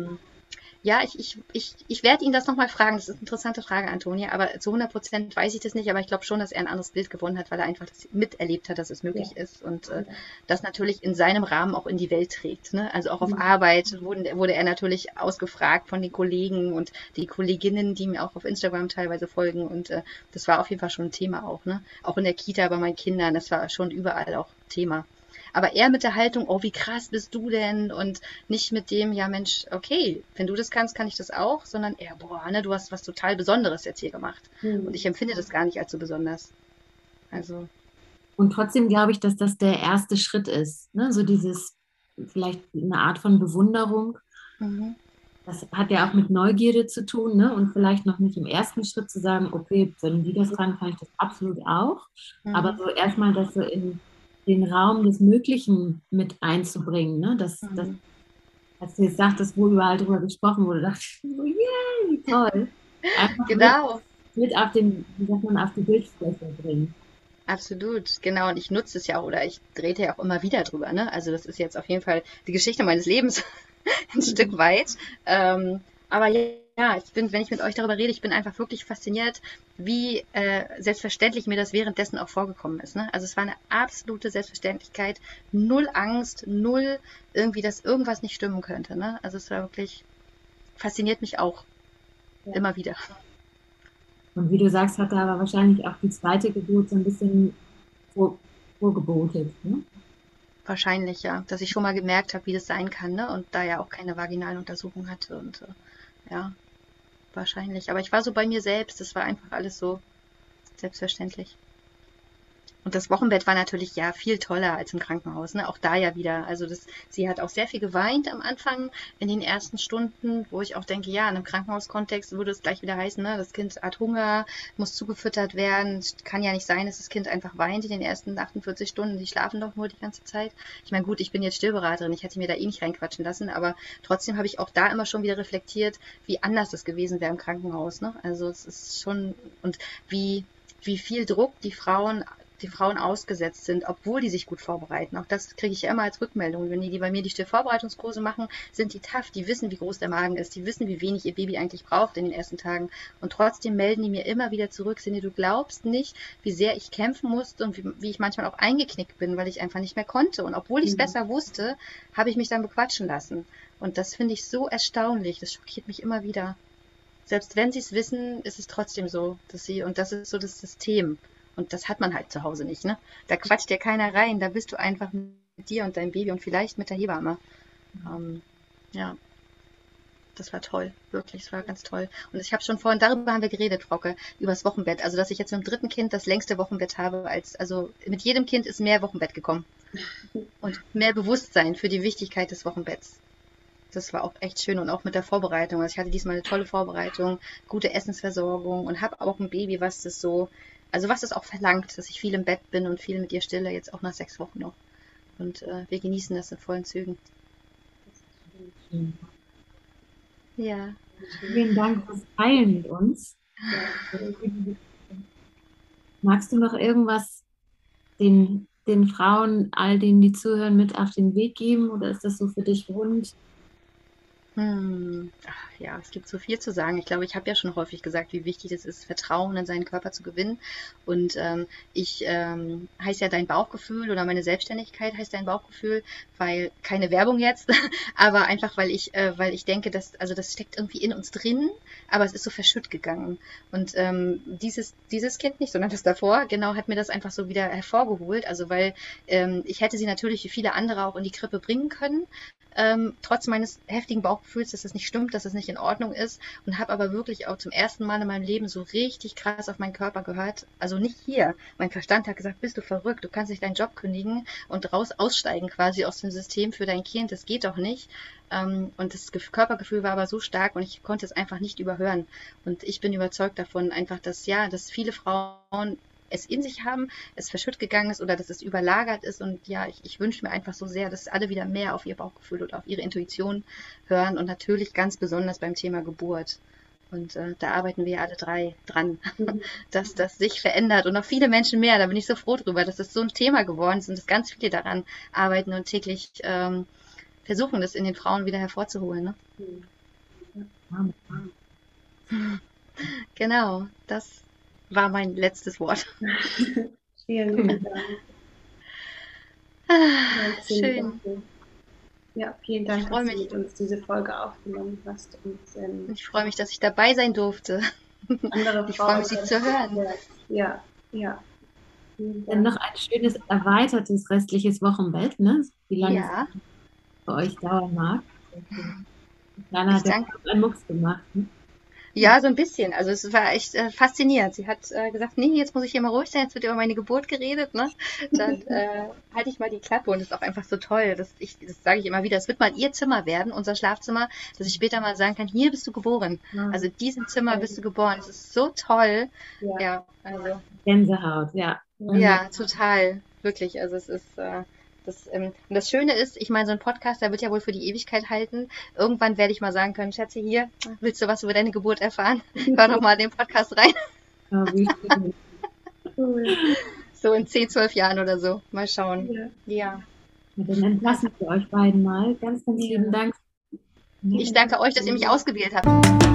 Ja, ich, ich, ich, ich werde ihn das nochmal fragen. Das ist eine interessante Frage, Antonia. Aber zu hundert Prozent weiß ich das nicht. Aber ich glaube schon, dass er ein anderes Bild gewonnen hat, weil er einfach das miterlebt hat, dass es möglich Ja. ist. Und äh, Ja. das natürlich in seinem Rahmen auch in die Welt trägt. Ne? Also auch auf Mhm. Arbeit wurde, wurde er natürlich ausgefragt von den Kollegen und die Kolleginnen, die mir auch auf Instagram teilweise folgen. Und äh, das war auf jeden Fall schon ein Thema auch. Ne? Auch in der Kita bei meinen Kindern. Das war schon überall auch Thema. Aber eher mit der Haltung, oh, wie krass bist du denn? Und nicht mit dem, ja Mensch, okay, wenn du das kannst, kann ich das auch, sondern eher, boah, ne, du hast was total Besonderes jetzt hier gemacht. Und ich Mhm. empfinde das gar nicht als so besonders. Also, Und trotzdem glaube ich, dass das der erste Schritt ist. Ne? So dieses, vielleicht eine Art von Bewunderung. mhm, Das hat ja auch mit Neugierde zu tun, ne? Und vielleicht noch nicht im ersten Schritt zu sagen, okay, wenn die das kann, kann ich das absolut auch. Aber mhm, so erstmal das so in den Raum des Möglichen mit einzubringen, ne? Das, das, mhm. als du jetzt sagtest, wo überall drüber gesprochen wurde, dachte ich so, yay, toll. Einfach mit, Genau, mit auf den, wie sagt man, auf die Bildfläche bringen. absolut, genau. Und ich nutze es ja auch, oder ich rede ja auch immer wieder drüber, ne? Also das ist jetzt auf jeden Fall die Geschichte meines Lebens ein Stück weit. Ähm, aber ja, ich bin, wenn ich mit euch darüber rede, ich bin einfach wirklich fasziniert, wie äh, selbstverständlich mir das währenddessen auch vorgekommen ist. Ne? Also es war eine absolute Selbstverständlichkeit, null Angst, null irgendwie, dass irgendwas nicht stimmen könnte. Ne? Also es war wirklich, fasziniert mich auch Ja. immer wieder. Und wie du sagst, hat da aber wahrscheinlich auch die zweite Geburt so ein bisschen vor, vorgebotet. Ne? Wahrscheinlich, ja, dass ich schon mal gemerkt habe, wie das sein kann, ne? Und da ja auch keine vaginalen Untersuchungen hatte und äh, ja, wahrscheinlich. Aber ich war so bei mir selbst, das war einfach alles so selbstverständlich. Und das Wochenbett war natürlich ja viel toller als im Krankenhaus, ne? Auch da ja wieder. Also das, sie hat auch sehr viel geweint am Anfang in den ersten Stunden, wo ich auch denke, ja, in einem Krankenhauskontext würde es gleich wieder heißen, ne? Das Kind hat Hunger, muss zugefüttert werden. Es kann ja nicht sein, dass das Kind einfach weint in den ersten achtundvierzig Stunden. Die schlafen doch nur die ganze Zeit. Ich meine, gut, ich bin jetzt Stillberaterin, ich hätte mir da eh nicht reinquatschen lassen, aber trotzdem habe ich auch da immer schon wieder reflektiert, wie anders es gewesen wäre im Krankenhaus, ne? Also es ist schon, und wie, wie viel Druck die Frauen die Frauen ausgesetzt sind, obwohl die sich gut vorbereiten. Auch das kriege ich ja immer als Rückmeldung. Wenn die, die bei mir die Stillvorbereitungskurse machen, sind die tough, die wissen, wie groß der Magen ist, die wissen, wie wenig ihr Baby eigentlich braucht in den ersten Tagen. Und trotzdem melden die mir immer wieder zurück, Cindy, du glaubst nicht, wie sehr ich kämpfen musste und wie, wie ich manchmal auch eingeknickt bin, weil ich einfach nicht mehr konnte. Und obwohl ich es Mhm. besser wusste, habe ich mich dann bequatschen lassen. Und das finde ich so erstaunlich. Das schockiert mich immer wieder. Selbst wenn sie es wissen, ist es trotzdem so, dass sie, und das ist so das System. Und das hat man halt zu Hause nicht, ne? Da quatscht dir keiner rein, da bist du einfach mit dir und deinem Baby und vielleicht mit der Hebamme. Ähm, ja, das war toll, wirklich, das war ganz toll. Und ich habe schon vorhin, darüber haben wir geredet, Frauke, über das Wochenbett. Also, dass ich jetzt mit dem dritten Kind das längste Wochenbett habe, als, also mit jedem Kind ist mehr Wochenbett gekommen. Und mehr Bewusstsein für die Wichtigkeit des Wochenbetts. Das war auch echt schön und auch mit der Vorbereitung. Also ich hatte diesmal eine tolle Vorbereitung, gute Essensversorgung und habe auch ein Baby, was das so, also was das auch verlangt, dass ich viel im Bett bin und viel mit ihr stille, jetzt auch nach sechs Wochen noch. Und äh, wir genießen das in vollen Zügen. Ja. Vielen Dank fürs Teilen mit uns. Magst du noch irgendwas den, den Frauen, all denen, die zuhören, mit auf den Weg geben oder ist das so für dich rund? Hm. Ach, ja, es gibt so viel zu sagen. Ich glaube, ich habe ja schon häufig gesagt, wie wichtig es ist, Vertrauen in seinen Körper zu gewinnen. Und ähm, ich ähm, heißt ja dein Bauchgefühl oder meine Selbstständigkeit heißt dein Bauchgefühl, weil keine Werbung jetzt, aber einfach weil ich, äh, weil ich denke, dass also das steckt irgendwie in uns drin, aber es ist so verschütt gegangen. Und ähm, dieses dieses Kind nicht, sondern das davor, genau, hat mir das einfach so wieder hervorgeholt. Also weil ähm, ich hätte sie natürlich wie viele andere auch in die Krippe bringen können. Ähm, trotz meines heftigen Bauchgefühls, dass es nicht stimmt, dass es nicht in Ordnung ist und habe aber wirklich auch zum ersten Mal in meinem Leben so richtig krass auf meinen Körper gehört. Also nicht hier. Mein Verstand hat gesagt, bist du verrückt, du kannst nicht deinen Job kündigen und raus aussteigen quasi aus dem System für dein Kind, das geht doch nicht. Ähm, und das Körpergefühl war aber so stark und ich konnte es einfach nicht überhören. Und ich bin überzeugt davon einfach, dass ja, dass viele Frauen es in sich haben, es verschütt gegangen ist oder dass es überlagert ist. Und ja, ich, ich wünsche mir einfach so sehr, dass alle wieder mehr auf ihr Bauchgefühl oder auf ihre Intuition hören und natürlich ganz besonders beim Thema Geburt. Und äh, da arbeiten wir ja alle drei dran, dass das sich verändert und noch viele Menschen mehr. Da bin ich so froh drüber, dass das so ein Thema geworden ist und dass ganz viele daran arbeiten und täglich ähm, versuchen, das in den Frauen wieder hervorzuholen. Ne? Amen. Genau, das war mein letztes Wort. Vielen lieben Dank. Ah, schön. Ja, vielen Dank, Ich freu dass du mich. mit uns diese Folge aufgenommen hast. Und ähm, Ich freue mich, dass ich dabei sein durfte. andere Ich freue mich, Frauen Sie zu hören. Ja, ja. Vielen Dann Dank. noch ein schönes, erweitertes restliches Wochenbett, ne? Wie lange Ja, es für euch dauern mag. Jana ich hat ja danke. auch einen Mucks gemacht. Ne? Ja, so ein bisschen. Also es war echt äh, faszinierend. Sie hat äh, gesagt, nee, jetzt muss ich hier mal ruhig sein, jetzt wird über meine Geburt geredet, ne? Dann äh, halte ich mal die Klappe und das ist auch einfach so toll. Das, ich, das sage ich immer wieder. Es wird mal ihr Zimmer werden, unser Schlafzimmer, dass ich später mal sagen kann, hier bist du geboren. Also in diesem Zimmer bist du geboren. Das ist so toll. Ja. Ja, also Gänsehaut, ja. ja, total. Wirklich. Also es ist äh, das, ähm, und das Schöne ist, ich meine, so ein Podcast, der wird ja wohl für die Ewigkeit halten. Irgendwann werde ich mal sagen können, Schätze, hier, willst du was über deine Geburt erfahren? Hör doch mal in den Podcast rein. Ja, wie schön. Cool. So in zehn, zwölf Jahren oder so. Mal schauen. Ja. Ja. Ja, dann entlassen wir euch beiden mal. Ganz, ganz Ja. lieben Dank. Ich danke euch, dass ihr mich ausgewählt habt.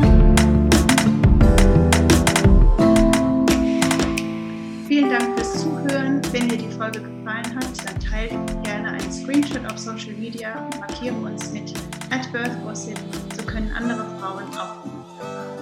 Vielen Dank fürs Zuhören. Wenn dir die Folge gefallen hat, dann teilt gerne einen Screenshot auf Social Media und markiere uns mit at birthgossip. So können andere Frauen auch von uns erfahren.